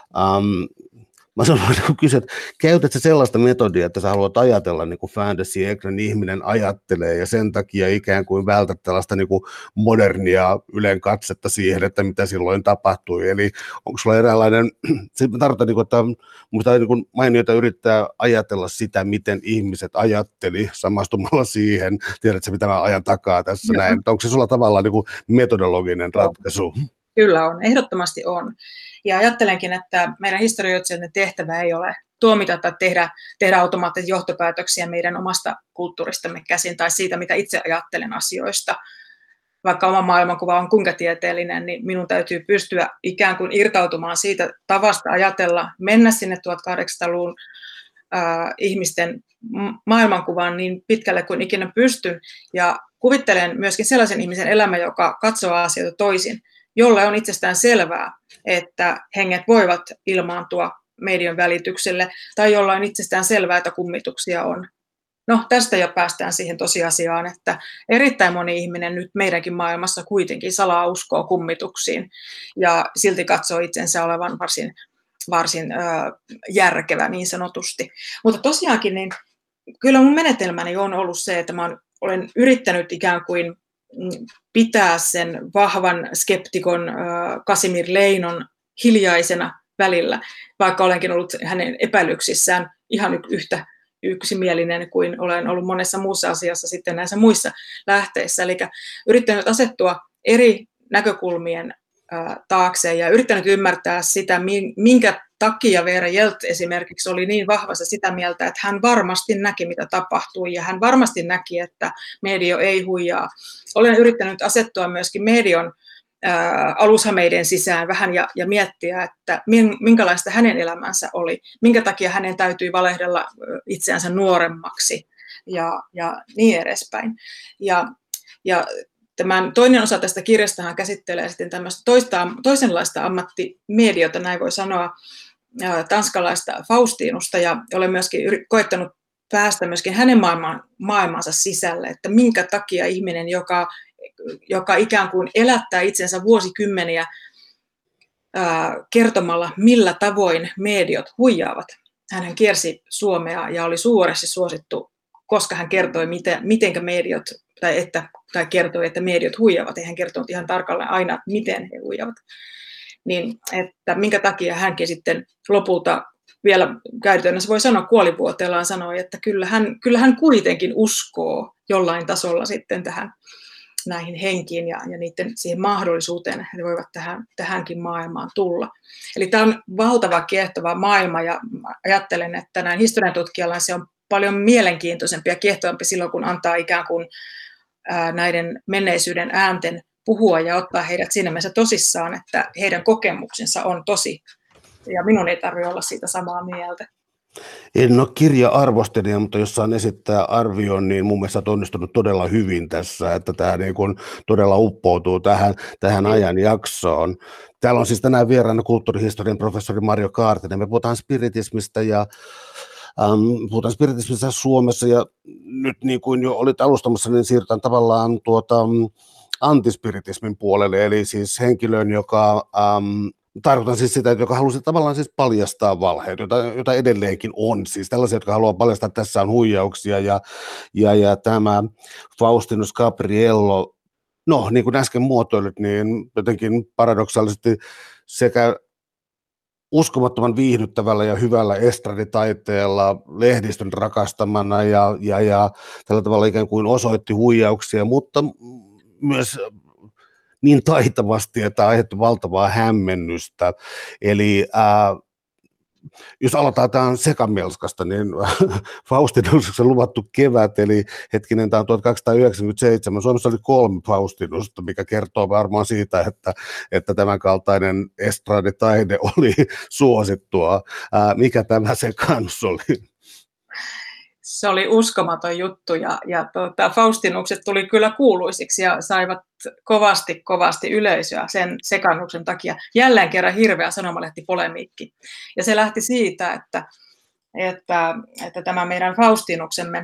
mä sanoin, kun kysyt, käytätkö sellaista metodia, että sä haluat ajatella niin kuin fantasy-ekran ihminen ajattelee ja sen takia ikään kuin vältät tällaista niin kuin modernia ylen katsetta siihen, että mitä silloin tapahtui. Eli onko sulla eräänlainen, mä tarkoitan, että minusta niin mainiota yrittää ajatella sitä, miten ihmiset ajatteli samastumalla siihen, tiedätkö mitä mä ajan takaa tässä näin, että onko se sulla tavallaan niin kuin metodologinen ratkaisu? Kyllä on, ehdottomasti on. Ja ajattelenkin, että meidän historioitsijoiden tehtävä ei ole tuomita tai tehdä automaattisia johtopäätöksiä meidän omasta kulttuuristamme käsin tai siitä, mitä itse ajattelen asioista. Vaikka oma maailmankuva on kuinka tieteellinen, niin minun täytyy pystyä ikään kuin irtautumaan siitä tavasta ajatella, mennä sinne 1800-luvun ihmisten maailmankuvaan niin pitkälle kuin ikinä pystyn. Ja kuvittelen myöskin sellaisen ihmisen elämä, joka katsoo asioita toisin, jolle on itsestään selvää, että henget voivat ilmaantua median välitykselle, tai jolla on itsestään selvää, että kummituksia on. No, tästä jo päästään siihen tosiasiaan, että erittäin moni ihminen nyt meidänkin maailmassa kuitenkin salaa uskoo kummituksiin, ja silti katsoo itsensä olevan varsin järkevä niin sanotusti. Mutta tosiaankin, niin kyllä mun menetelmäni on ollut se, että mä olen yrittänyt ikään kuin pitää sen vahvan skeptikon Casimir Leinon hiljaisena välillä, vaikka olenkin ollut hänen epäilyksissään ihan yhtä yksimielinen kuin olen ollut monessa muussa asiassa sitten näissä muissa lähteissä. Eli yrittänyt asettua eri näkökulmien taakse ja yrittänyt ymmärtää sitä, minkä takia Veera Jelt esimerkiksi oli niin vahvassa sitä mieltä, että hän varmasti näki, mitä tapahtui, ja hän varmasti näki, että medio ei huijaa. Olen yrittänyt asettua myöskin median alushameiden sisään vähän ja miettiä, että minkälaista hänen elämänsä oli, minkä takia hänen täytyi valehdella itseänsä nuoremmaksi ja niin edespäin. Ja tämän toinen osa tästä kirjastahan käsittelee sitten tämmöistä toisenlaista ammattimediota, näin voi sanoa, tanskalaista Faustinusta, ja olen myöskin koettanut päästä myöskin hänen maailmansa sisälle, että minkä takia ihminen, joka joka ikään kuin elättää itsensä vuosikymmeniä kertomalla, millä tavoin mediot huijaavat. Hän kiersi Suomea ja oli suuresti suosittu, koska hän kertoi, mitenkä mediot, tai kertoi, että mediot huijaavat. Ei hän kertonut ihan tarkalleen aina, miten he huijaavat. Niin, että minkä takia hänkin sitten lopulta vielä käytännössä voi sanoa kuolivuoteellaan sanoi, että kyllä hän kuitenkin uskoo jollain tasolla sitten näihin henkiin ja niiden siihen mahdollisuuteen, että he voivat tähänkin maailmaan tulla. Eli tämä on valtava kiehtova maailma ja ajattelen, että näin historiantutkijalla se on paljon mielenkiintoisempi ja kiehtovampi silloin, kun antaa ikään kuin näiden menneisyyden äänten puhua ja ottaa heidät siinä mielessä tosissaan, että heidän kokemuksensa on tosi. Ja minun ei tarvitse olla siitä samaa mieltä. En ole kirja-arvostelija, mutta jos saan esittää arvion, niin mun mielestä on onnistunut todella hyvin tässä, että tämä niin kuin todella uppoutuu tähän ajanjaksoon. Täällä on siis tänään vieraana kulttuurihistorian professori Marjo Kaartinen. Me puhutaan spiritismistä ja puhutaan spiritismistä Suomessa ja nyt niin kuin jo olit alustamassa, niin siirrytään tavallaan antispiritismin puolelle, eli siis henkilöön, joka tarkoitan siis sitä, että joka halusi tavallaan siis paljastaa valheet, jota edelleenkin on. Siis tällaisia, jotka haluaa paljastaa, että tässä on huijauksia ja tämä Faustinus Gabriello, no niin kuin äsken muotoilut, niin jotenkin paradoksaalisesti sekä uskomattoman viihdyttävällä ja hyvällä estraditaiteella, lehdistön rakastamana ja tällä tavalla ikään kuin osoitti huijauksia, mutta myös niin taitavasti, että aiheutti valtavaa hämmennystä. Eli jos aloitetaan sekamelskasta, niin Faustinuksen luvattu kevät, eli hetkinen, tämä on 1297, Suomessa oli 3 Faustinusta, mikä kertoo varmaan siitä, että tämän kaltainen estraditaide oli suosittua. Mikä tämä sekannus oli? Se oli uskomaton juttu ja Faustinukset tuli kyllä kuuluisiksi ja saivat kovasti yleisöä sen sekannuksen takia. Jälleen kerran hirveä sanomalehti-polemiikki. Ja se lähti siitä, että tämä meidän Faustinuksemme,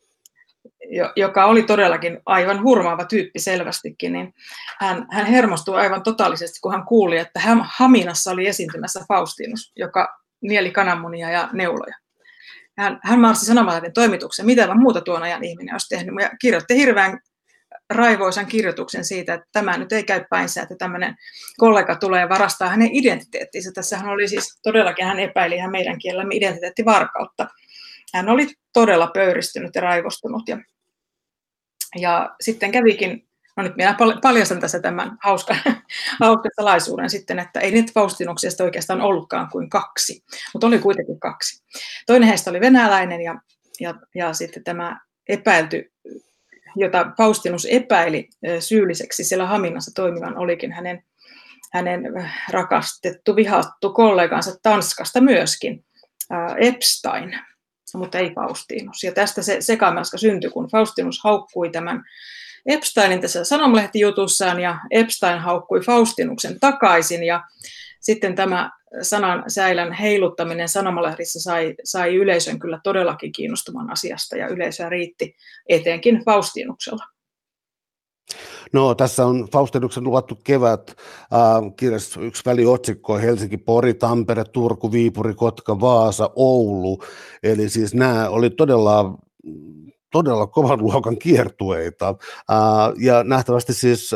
joka oli todellakin aivan hurmaava tyyppi selvästikin, niin hän hermostui aivan totaalisesti, kun hän kuuli, että Haminassa oli esiintymässä Faustinus, joka nieli kananmunia ja neuloja. Hän marssi sanomalehden toimitukseen, mitä muuta tuon ajan ihminen olisi tehnyt, ja kirjoitti hirveän raivoisan kirjoituksen siitä, että tämä nyt ei käy päinsä, että tämmöinen kollega tulee varastaa hänen identiteettinsä. Tässähän oli siis todellakin, hän epäili ihan meidän kielellämme identiteettivarkautta. Hän oli todella pöyristynyt ja raivostunut, ja sitten kävikin, no nyt minä paljastan tässä tämän hauskan salaisuuden sitten, että ei niitä Faustinuksista oikeastaan ollutkaan kuin 2, mutta oli kuitenkin 2. Toinen heistä oli venäläinen ja sitten tämä epäilty, jota Faustinus epäili syylliseksi siellä Haminassa toimivan, olikin hänen rakastettu, vihattu kollegansa Tanskasta myöskin, Epstein, mutta ei Faustinus. Ja tästä se sekamelska syntyi, kun Faustinus haukkui tämän Epsteinin tässä sanomalehtijutussaan ja Epstein haukkui Faustinuksen takaisin ja sitten tämä sanan säilän heiluttaminen sanomalehdissä sai yleisön kyllä todellakin kiinnostumaan asiasta ja yleisöä riitti etenkin Faustinuksella. No tässä on Faustinuksen luvattu kevät, kirjassa yksi väliotsikko Helsinki, Pori, Tampere, Turku, Viipuri, Kotka, Vaasa, Oulu, eli siis nämä oli todella kovan luokan kiertueita ja nähtävästi siis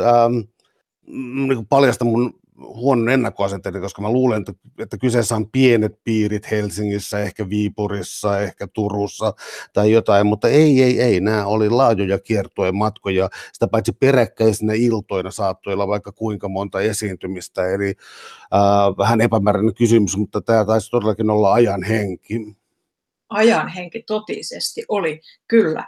niin paljasta mun huonon ennakkoasenteeni, koska mä luulen, että kyseessä on pienet piirit Helsingissä, ehkä Viipurissa, ehkä Turussa tai jotain, mutta ei, nämä oli laajoja kiertueen matkoja, sitä paitsi peräkkäisinä iltoina saattoi olla vaikka kuinka monta esiintymistä, eli vähän epämääräinen kysymys, mutta tämä taisi todellakin olla ajan henki. Ajan henki totisesti oli, kyllä.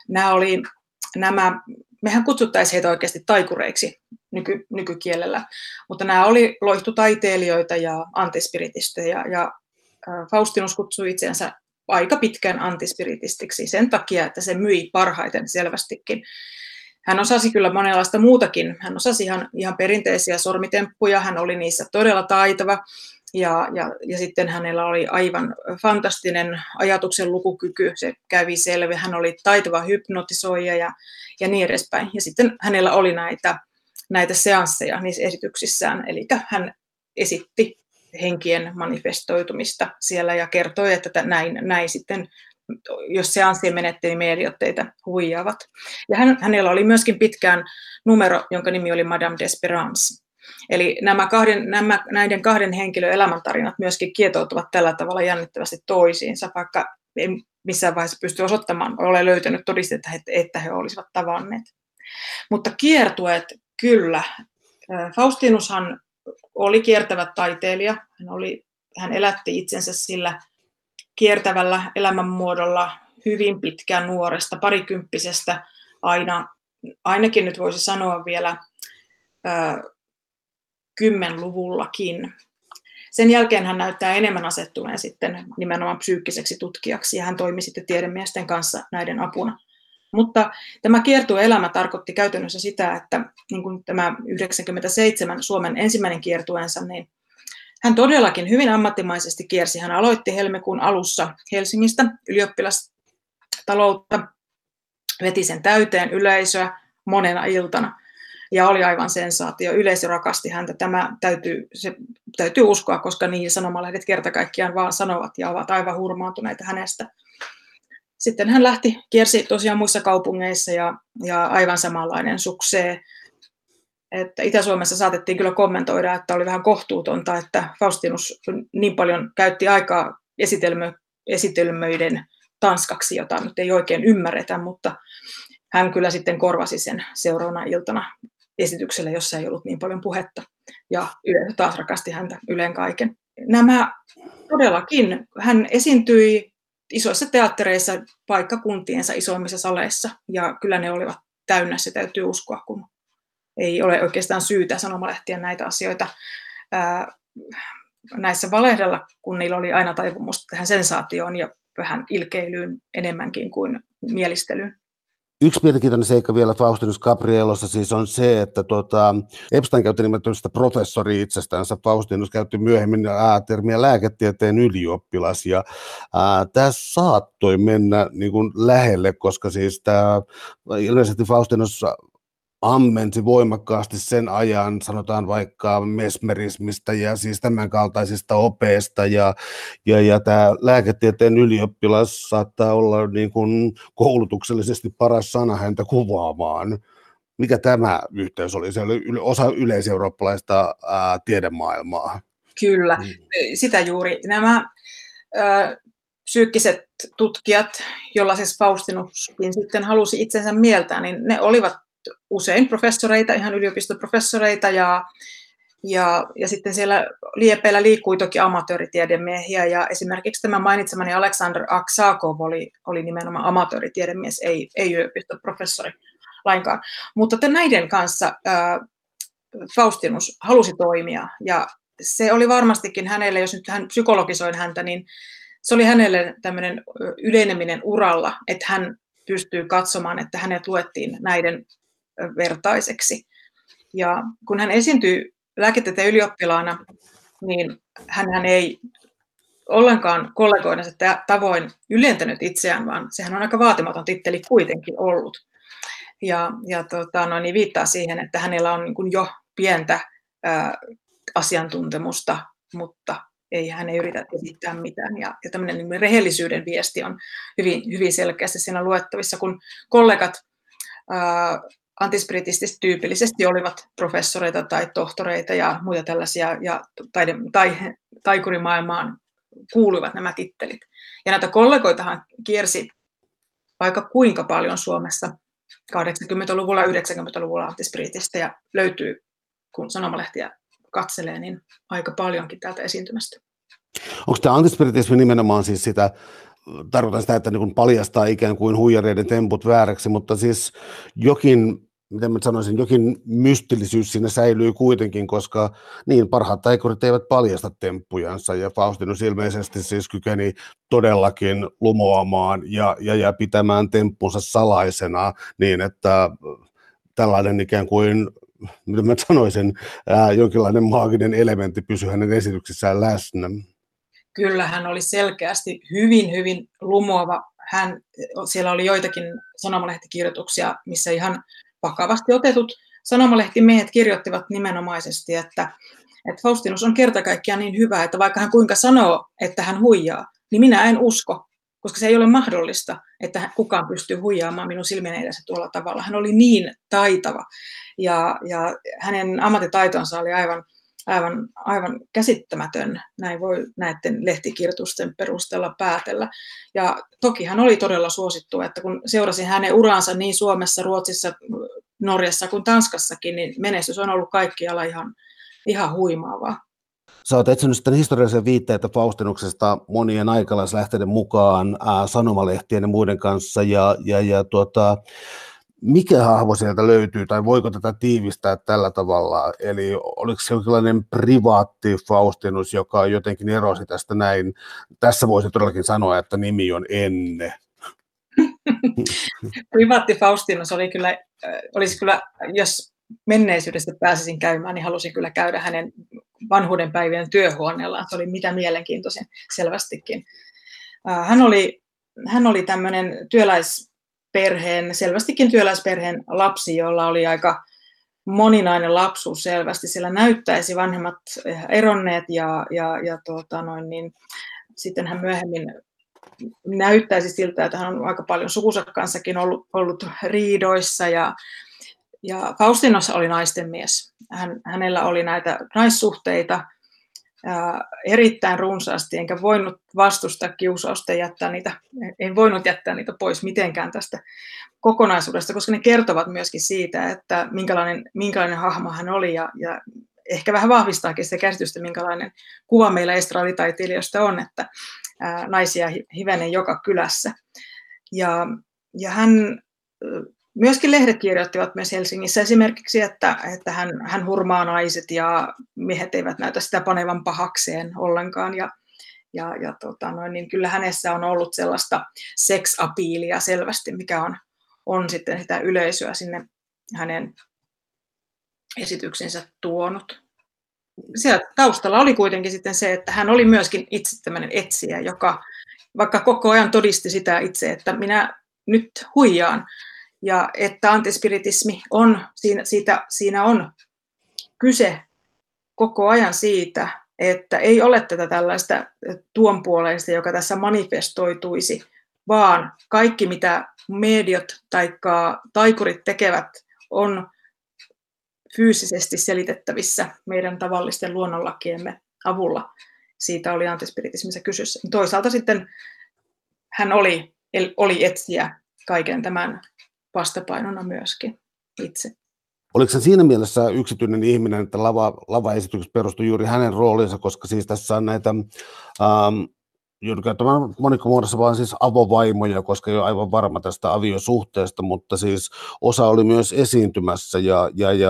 Mehän kutsuttaisiin heitä oikeasti taikureiksi nykykielellä, mutta nämä oli loihtutaiteilijoita ja antispiritistejä, ja Faustinus kutsui itseänsä aika pitkään antispiritistiksi sen takia, että se myi parhaiten selvästikin. Hän osasi kyllä monenlaista muutakin. Hän osasi ihan perinteisiä sormitemppuja, hän oli niissä todella taitava. Ja sitten hänellä oli aivan fantastinen ajatuksen lukukyky, se kävi selvä, hän oli taitava hypnotisoija ja niin edespäin. Ja sitten hänellä oli näitä seansseja niissä esityksissään, eli hän esitti henkien manifestoitumista siellä ja kertoi, että näin sitten, jos seanssien menetteli mediat teitä huijaavat. Ja hänellä oli myöskin pitkään numero, jonka nimi oli Madame d'Espérance. Eli näiden kahden henkilön elämäntarinat myöskin kietoutuvat tällä tavalla jännittävästi toisiinsa, vaikka ei missään vaiheessa pysty osoittamaan, ole löytänyt todistetta, että he olisivat tavanneet. Mutta kiertueet, kyllä. Faustinushan oli kiertävä taiteilija. Hän elätti itsensä sillä kiertävällä elämänmuodolla hyvin pitkään nuoresta, parikymppisestä ainakin nyt voisi sanoa vielä 10-luvullakin. Sen jälkeen hän näyttää enemmän asettuneen sitten nimenomaan psyykkiseksi tutkijaksi ja hän toimi sitten tiedemiesten kanssa näiden apuna. Mutta tämä kiertueelämä tarkoitti käytännössä sitä, että niin kuin tämä 97 Suomen ensimmäinen kiertueensa, niin hän todellakin hyvin ammattimaisesti kiersi. Hän aloitti helmikuun alussa Helsingistä ylioppilastaloutta, veti sen täyteen yleisöä monena iltana ja oli aivan sensaatio. Yleisö rakasti häntä. Se täytyy uskoa, koska niin sanomalehdet kerta kaikkiaan vaan sanovat ja ovat aivan hurmaantuneita hänestä. Sitten hän kiersi tosiaan muissa kaupungeissa ja aivan samanlainen suksee. Että Itä-Suomessa saatettiin kyllä kommentoida, että oli vähän kohtuutonta, että Faustinus niin paljon käytti aikaa esitelmöiden tanskaksi, jota nyt ei oikein ymmärretä, mutta hän kyllä sitten korvasi sen seuraavana iltana esitykselle, jossa ei ollut niin paljon puhetta. Ja yleensä taas rakasti häntä ylen kaiken. Nämä todellakin, hän esiintyi isoissa teattereissa paikkakuntiensa isoimmissa saleissa, ja kyllä ne olivat täynnä, se täytyy uskoa, kun ei ole oikeastaan syytä sanomalehtien näitä asioita näissä valehdella, kun niillä oli aina taipumusta tähän sensaatioon ja vähän ilkeilyyn enemmänkin kuin mielistelyyn. Yksi mielenkiintoinen seikka vielä Faustinus Gabrielossa siis on se, että Epstein käytti nimettömistä professori itsestänsä. Faustinus käytti myöhemmin termiä lääketieteen ylioppilas, ja tämä saattoi mennä niin kuin lähelle, koska siis tämä ilmeisesti Faustinus ammensi voimakkaasti sen ajan, sanotaan vaikka mesmerismistä ja siis tämän kaltaisista opeista, ja tämä lääketieteen ylioppilas saattaa olla niin kuin koulutuksellisesti paras sana häntä kuvaamaan. Mikä tämä yhteys oli? Se oli osa yleiseurooppalaista tiedemaailmaa. Kyllä, sitä juuri. Nämä psyykkiset tutkijat, jolla siis Faustinuskin sitten halusi itsensä mieltää, niin ne olivat usein professoreita, ihan yliopistoprofessoreita, ja sitten siellä liepeillä liikkui toki amatööritiedemiehiä, ja esimerkiksi tämä mainitsemani Alexander Aksakov oli nimenomaan amatööritiedemies, ei yliopistoprofessori lainkaan. Mutta näiden kanssa Faustinus halusi toimia, ja se oli varmastikin hänelle, jos nyt hän psykologisoin häntä, niin se oli hänelle tämmöinen yleneminen uralla, että hän pystyy katsomaan, että hänet luettiin näiden vertaiseksi. Ja kun hän esiintyi lääketieteen ylioppilaana, niin hän ei ollenkaan kollegoidensa tavoin ylentänyt itseään, vaan sehän on aika vaatimaton titteli kuitenkin ollut. Niin viittaa siihen, että hänellä on niin kuin jo pientä asiantuntemusta, mutta hän ei yritä esittää mitään. Ja tämmöinen niin rehellisyyden viesti on hyvin, hyvin selkeästi siinä luettavissa, kun kollegat antispiritistisesti tyypillisesti olivat professoreita tai tohtoreita ja muita tällaisia, tai taikurimaailmaan kuuluivat nämä tittelit. Ja näitä kollegoitahan kiersi vaikka kuinka paljon Suomessa 80-luvulla ja 90-luvulla antispiritistä, ja löytyy, kun sanomalehtiä katselee, niin aika paljonkin täältä esiintymästä. Onko tämä antispiritismi nimenomaan siis sitä, tarkoitan sitä, että niin paljastaa ikään kuin huijareiden temput vääräksi, mutta siis jokin mystillisyys siinä säilyy kuitenkin, koska niin parhaat taikurit eivät paljasta temppujansa, ja Faustinus ilmeisesti siis kykeni todellakin lumoamaan ja pitämään temppunsa salaisena niin, että tällainen ikään kuin mitä mä sanoisin, jonkinlainen maaginen elementti pysyi hänen esityksissään läsnä. Kyllä, hän oli selkeästi hyvin, hyvin lumoava. Siellä oli joitakin sanomalehtikirjoituksia, missä ihan vakavasti otetut sanomalehtimiehet kirjoittivat nimenomaisesti, että Faustinus on kerta kaikkiaan niin hyvä, että vaikka hän kuinka sanoo, että hän huijaa, niin minä en usko, koska se ei ole mahdollista, että kukaan pystyy huijaamaan minun silmien edessä tuolla tavalla. Hän oli niin taitava ja hänen ammattitaitonsa oli aivan käsittämätön, näin voi näiden lehtikirjoitusten perusteella päätellä. Ja toki hän oli todella suosittu, että kun seurasin hänen uraansa niin Suomessa, Ruotsissa, Norjassa kuin Tanskassakin, niin menestys on ollut kaikkialla ihan huimaavaa. Sä oot etsinyt sitten historiallisia viitteitä Faustinuksesta monien aikalaislähteiden mukaan sanomalehtien ja muiden kanssa, mikä hahmo sieltä löytyy, tai voiko tätä tiivistää tällä tavalla? Eli oliko se jonkinlainen privaatti Faustinus, joka jotenkin erosi tästä näin? Tässä voisi todellakin sanoa, että nimi on Enne. Privaatti Faustinus olisi kyllä, jos menneisyydestä pääsisin käymään, niin halusin kyllä käydä hänen vanhuuden päivien työhuoneellaan. Se oli mitä mielenkiintoisin selvästikin. Hän oli tämmöinen selvästikin työläisperheen lapsi, jolla oli aika moninainen lapsuus selvästi. Siellä näyttäisi vanhemmat eronneet sitten hän myöhemmin näyttäisi siltä, että hän on aika paljon sukunsa kanssakin ollut riidoissa ja Faustinus oli naisten mies. Hänellä oli näitä naissuhteita erittäin runsaasti, enkä voinut vastustaa kiusausta ja en voinut jättää niitä pois mitenkään tästä kokonaisuudesta, koska ne kertovat myöskin siitä, että minkälainen hahmo hän oli ja ehkä vähän vahvistaakin sitä käsitystä, minkälainen kuva meillä estraditaiteilijoista on, että naisia hivenen joka kylässä. Ja hän myöskin lehdet kirjoittivat myös Helsingissä esimerkiksi, että hän hurmaa naiset ja miehet eivät näytä sitä panevan pahakseen ollenkaan. Niin kyllä hänessä on ollut sellaista sex-apiilia selvästi, mikä on sitten sitä yleisöä sinne hänen esityksensä tuonut. Siellä taustalla oli kuitenkin sitten se, että hän oli myöskin itse tämmöinen etsijä, joka vaikka koko ajan todisti sitä itse, että minä nyt huijaan. Ja että antispiritismi siinä on kyse koko ajan siitä, että ei ole tätä tällaista tuonpuoleista, joka tässä manifestoituisi, vaan kaikki mitä mediot tai taikurit tekevät on fyysisesti selitettävissä meidän tavallisten luonnonlakiemme avulla. Siitä oli antispiritismissa kysyssä. Toisaalta sitten hän oli etsijä kaiken tämän vastapainona myöskin itse. Oliko se siinä mielessä yksityinen ihminen, että lavaesitykset perustui juuri hänen roolinsa, koska siis tässä on näitä joudun käyttämään monikkomuodossa vaan siis avovaimoja, koska ei ole aivan varma tästä aviosuhteesta, mutta siis osa oli myös esiintymässä ja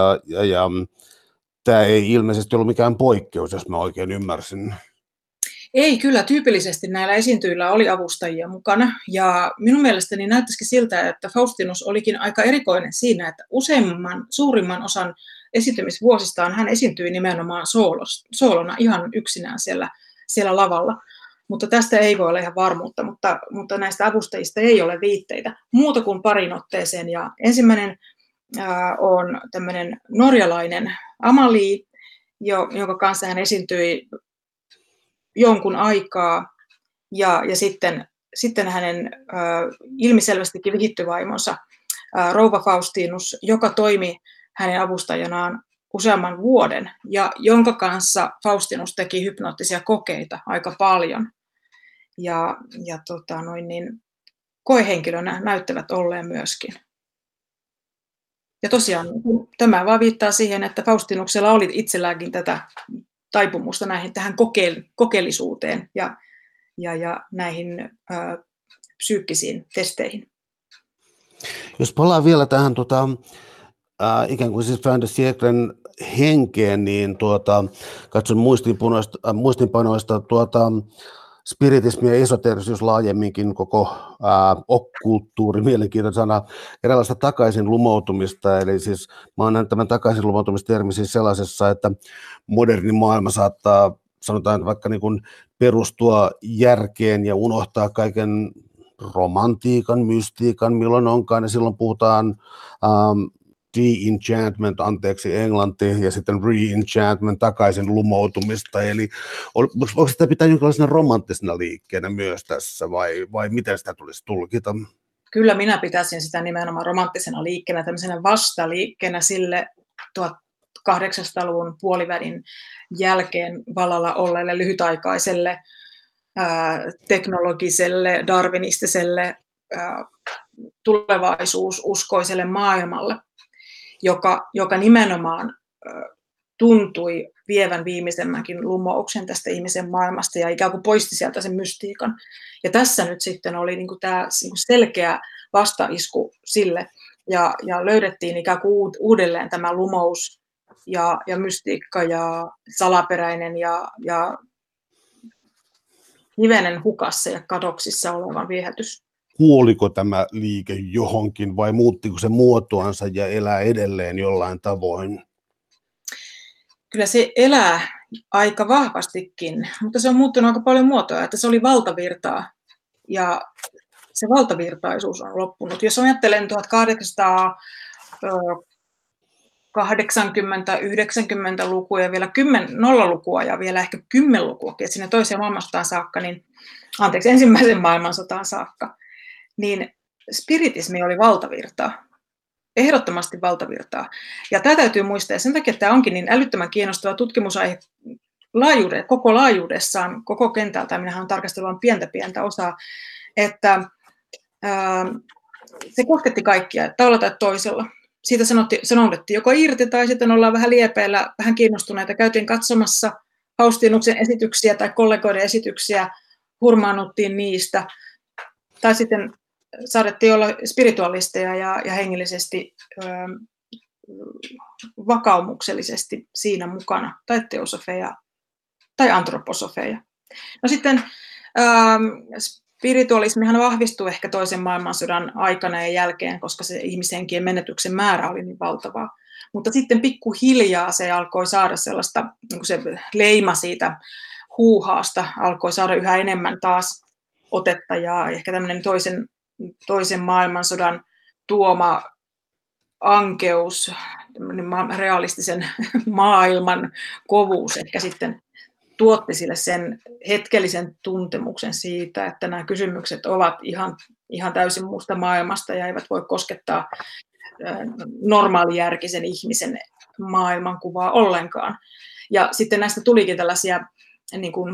tämä ei ilmeisesti ollut mikään poikkeus, jos mä oikein ymmärsin. Ei, kyllä tyypillisesti näillä esiintyjillä oli avustajia mukana ja minun mielestäni näyttäisikin siltä, että Faustinus olikin aika erikoinen siinä, että suurimman osan esiintymisvuosistaan hän esiintyi nimenomaan soolona ihan yksinään siellä lavalla. Mutta tästä ei voi olla ihan varmuutta, mutta näistä avustajista ei ole viitteitä muuta kuin parin otteeseen. Ja ensimmäinen on tämmöinen norjalainen Amalie, jonka kanssa hän esiintyi jonkun aikaa. Ja sitten hänen ilmiselvästikin vihittyvaimonsa rouva Faustinus, joka toimi hänen avustajanaan useamman vuoden ja jonka kanssa Faustinus teki hypnoottisia kokeita aika paljon. Koehenkilönä näyttävät olleen myöskin. Ja tosiaan tämä vaan viittaa siihen, että Faustinuksella oli itselläänkin tätä taipumusta tähän kokeellisuuteen ja näihin psyykkisiin testeihin. Jos palaa vielä tähän ikään kuin siis Fin de sièclen henkeen, niin katson muistinpanoista spiritismi ja esoterisuus laajemminkin, koko okkulttuuri, mielenkiintoinen sana, eräänlaista takaisin lumoutumista, eli siis mä oon nähnyt tämän takaisin lumoutumistermi siis sellaisessa, että moderni maailma saattaa, sanotaan vaikka niin kuin perustua järkeen ja unohtaa kaiken romantiikan, mystiikan, milloin onkaan, ja silloin puhutaan de-enchantment, anteeksi englanti, ja sitten re-enchantment, takaisin lumoutumista, eli onko sitä pitää jonkinlaisena romanttisena liikkeenä myös tässä, vai miten sitä tulisi tulkita? Kyllä minä pitäisin sitä nimenomaan romanttisena liikkeenä, tämmöisenä vastaliikkeenä sille 1800-luvun puolivälin jälkeen vallalla olleelle lyhytaikaiselle teknologiselle, darwinistiselle, tulevaisuususkoiselle maailmalle, joka nimenomaan tuntui vievän viimeisemmänkin lumouksen tästä ihmisen maailmasta ja ikään kuin poisti sieltä sen mystiikan. Ja tässä nyt sitten oli niin kuin tämä selkeä vastaisku sille, ja löydettiin ikään kuin uudelleen tämä lumous ja mystiikka ja salaperäinen ja hivenen hukassa ja kadoksissa olevan viehätys. Kuoliko tämä liike johonkin vai muuttiko se muotoansa ja elää edelleen jollain tavoin? Kyllä se elää aika vahvastikin, mutta se on muuttunut aika paljon muotoa, että se oli valtavirtaa ja se valtavirtaisuus on loppunut. Jos ajattelen 1880-90-lukua ja vielä 0-lukua ja vielä ehkä 10-lukuakin, sinne toiseen maailmansotaan saakka, ensimmäisen maailmansotaan saakka, niin spiritismi oli valtavirtaa. Ehdottomasti valtavirtaa. Ja tämä täytyy muistaa, ja sen takia tämä onkin niin älyttömän kiinnostava tutkimusaihe koko laajuudessaan, koko kentältä. Minähän olen tarkastellut vain pientä osaa, että se kosketti kaikkia tavalla tai toisella. Siitä sanottiin joko irti tai sitten ollaan vähän liepeillä, vähän kiinnostuneita. Käytiin katsomassa Faustinuksen esityksiä tai kollegoiden esityksiä, hurmaannuttiin niistä. Tai sitten saadettiin olla spiritualisteja ja hengellisesti, vakaumuksellisesti siinä mukana, tai teosofeja tai antroposofeja. No sitten spiritualismihan vahvistui ehkä toisen maailmansodan aikana ja jälkeen, koska se ihmishenkien menetyksen määrä oli niin valtavaa. Mutta sitten pikkuhiljaa se alkoi saada sellaista, niin se leima siitä huuhaasta alkoi saada yhä enemmän taas otetta ja ehkä tämmöinen toisen maailmansodan tuoma ankeus, realistisen maailman kovuus ehkä sitten tuotti sille sen hetkellisen tuntemuksen siitä, että nämä kysymykset ovat ihan täysin muusta maailmasta ja eivät voi koskettaa normaalijärkisen ihmisen maailmankuvaa ollenkaan. Ja sitten näistä tulikin tällaisia niin kuin,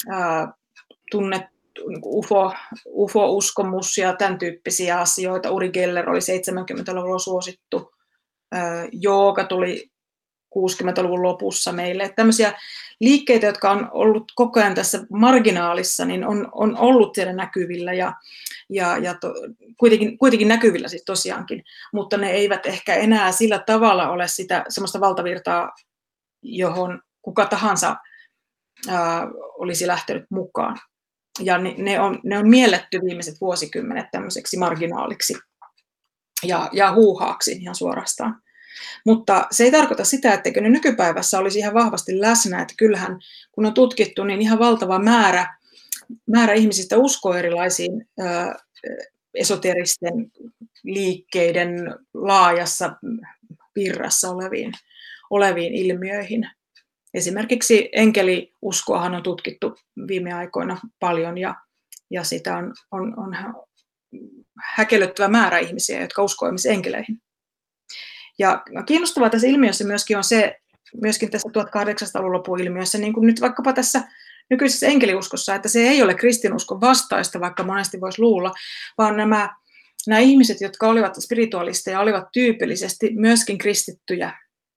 UFO-uskomus ja tämän tyyppisiä asioita. Uri Geller oli 70-luvulla suosittu. Jooga tuli 60-luvun lopussa meille. Tämmöisiä liikkeitä, jotka on ollut koko ajan tässä marginaalissa, niin on ollut siellä näkyvillä ja kuitenkin näkyvillä siis tosiaankin, mutta ne eivät ehkä enää sillä tavalla ole sitä semmoista valtavirtaa, johon kuka tahansa olisi lähtenyt mukaan. Ja ne on mielletty viimeiset vuosikymmenet tämmöiseksi marginaaliksi ja huuhaaksi ihan suorastaan. Mutta se ei tarkoita sitä, etteikö ne nykypäivässä olisi ihan vahvasti läsnä, että kyllähän kun on tutkittu, niin ihan valtava määrä ihmisistä uskoo erilaisiin esoteristen liikkeiden laajassa virrassa oleviin ilmiöihin. Esimerkiksi enkeliuskoahan on tutkittu viime aikoina paljon ja sitä on häkellyttävä määrä ihmisiä, jotka uskoo enkeleihin. Ja kiinnostavaa tässä ilmiössä myöskin on se, myöskin tässä 1800-luvun lopun ilmiössä, niin kuin nyt vaikkapa tässä nykyisessä enkeliuskossa, että se ei ole kristinuskon vastaista, vaikka monesti voisi luulla, vaan nämä ihmiset, jotka olivat spiritualisteja, olivat tyypillisesti myöskin kristittyjä.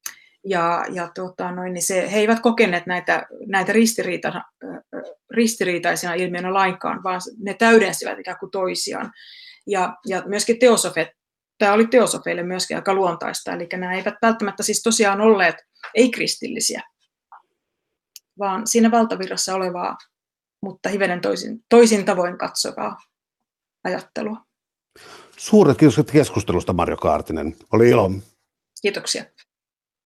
Niin he eivät kokeneet näitä ristiriitaisina ilmiönä lainkaan, vaan ne täydensivät ikään kuin toisiaan. Ja myöskin tämä oli teosofeille myöskin aika luontaista, eli nämä eivät välttämättä siis tosiaan olleet ei-kristillisiä, vaan siinä valtavirrassa olevaa mutta hivenen toisin tavoin katsovaa ajattelua. Suuret kiitokset keskustelusta, Marjo Kaartinen. Oli ilo. Kiitoksia.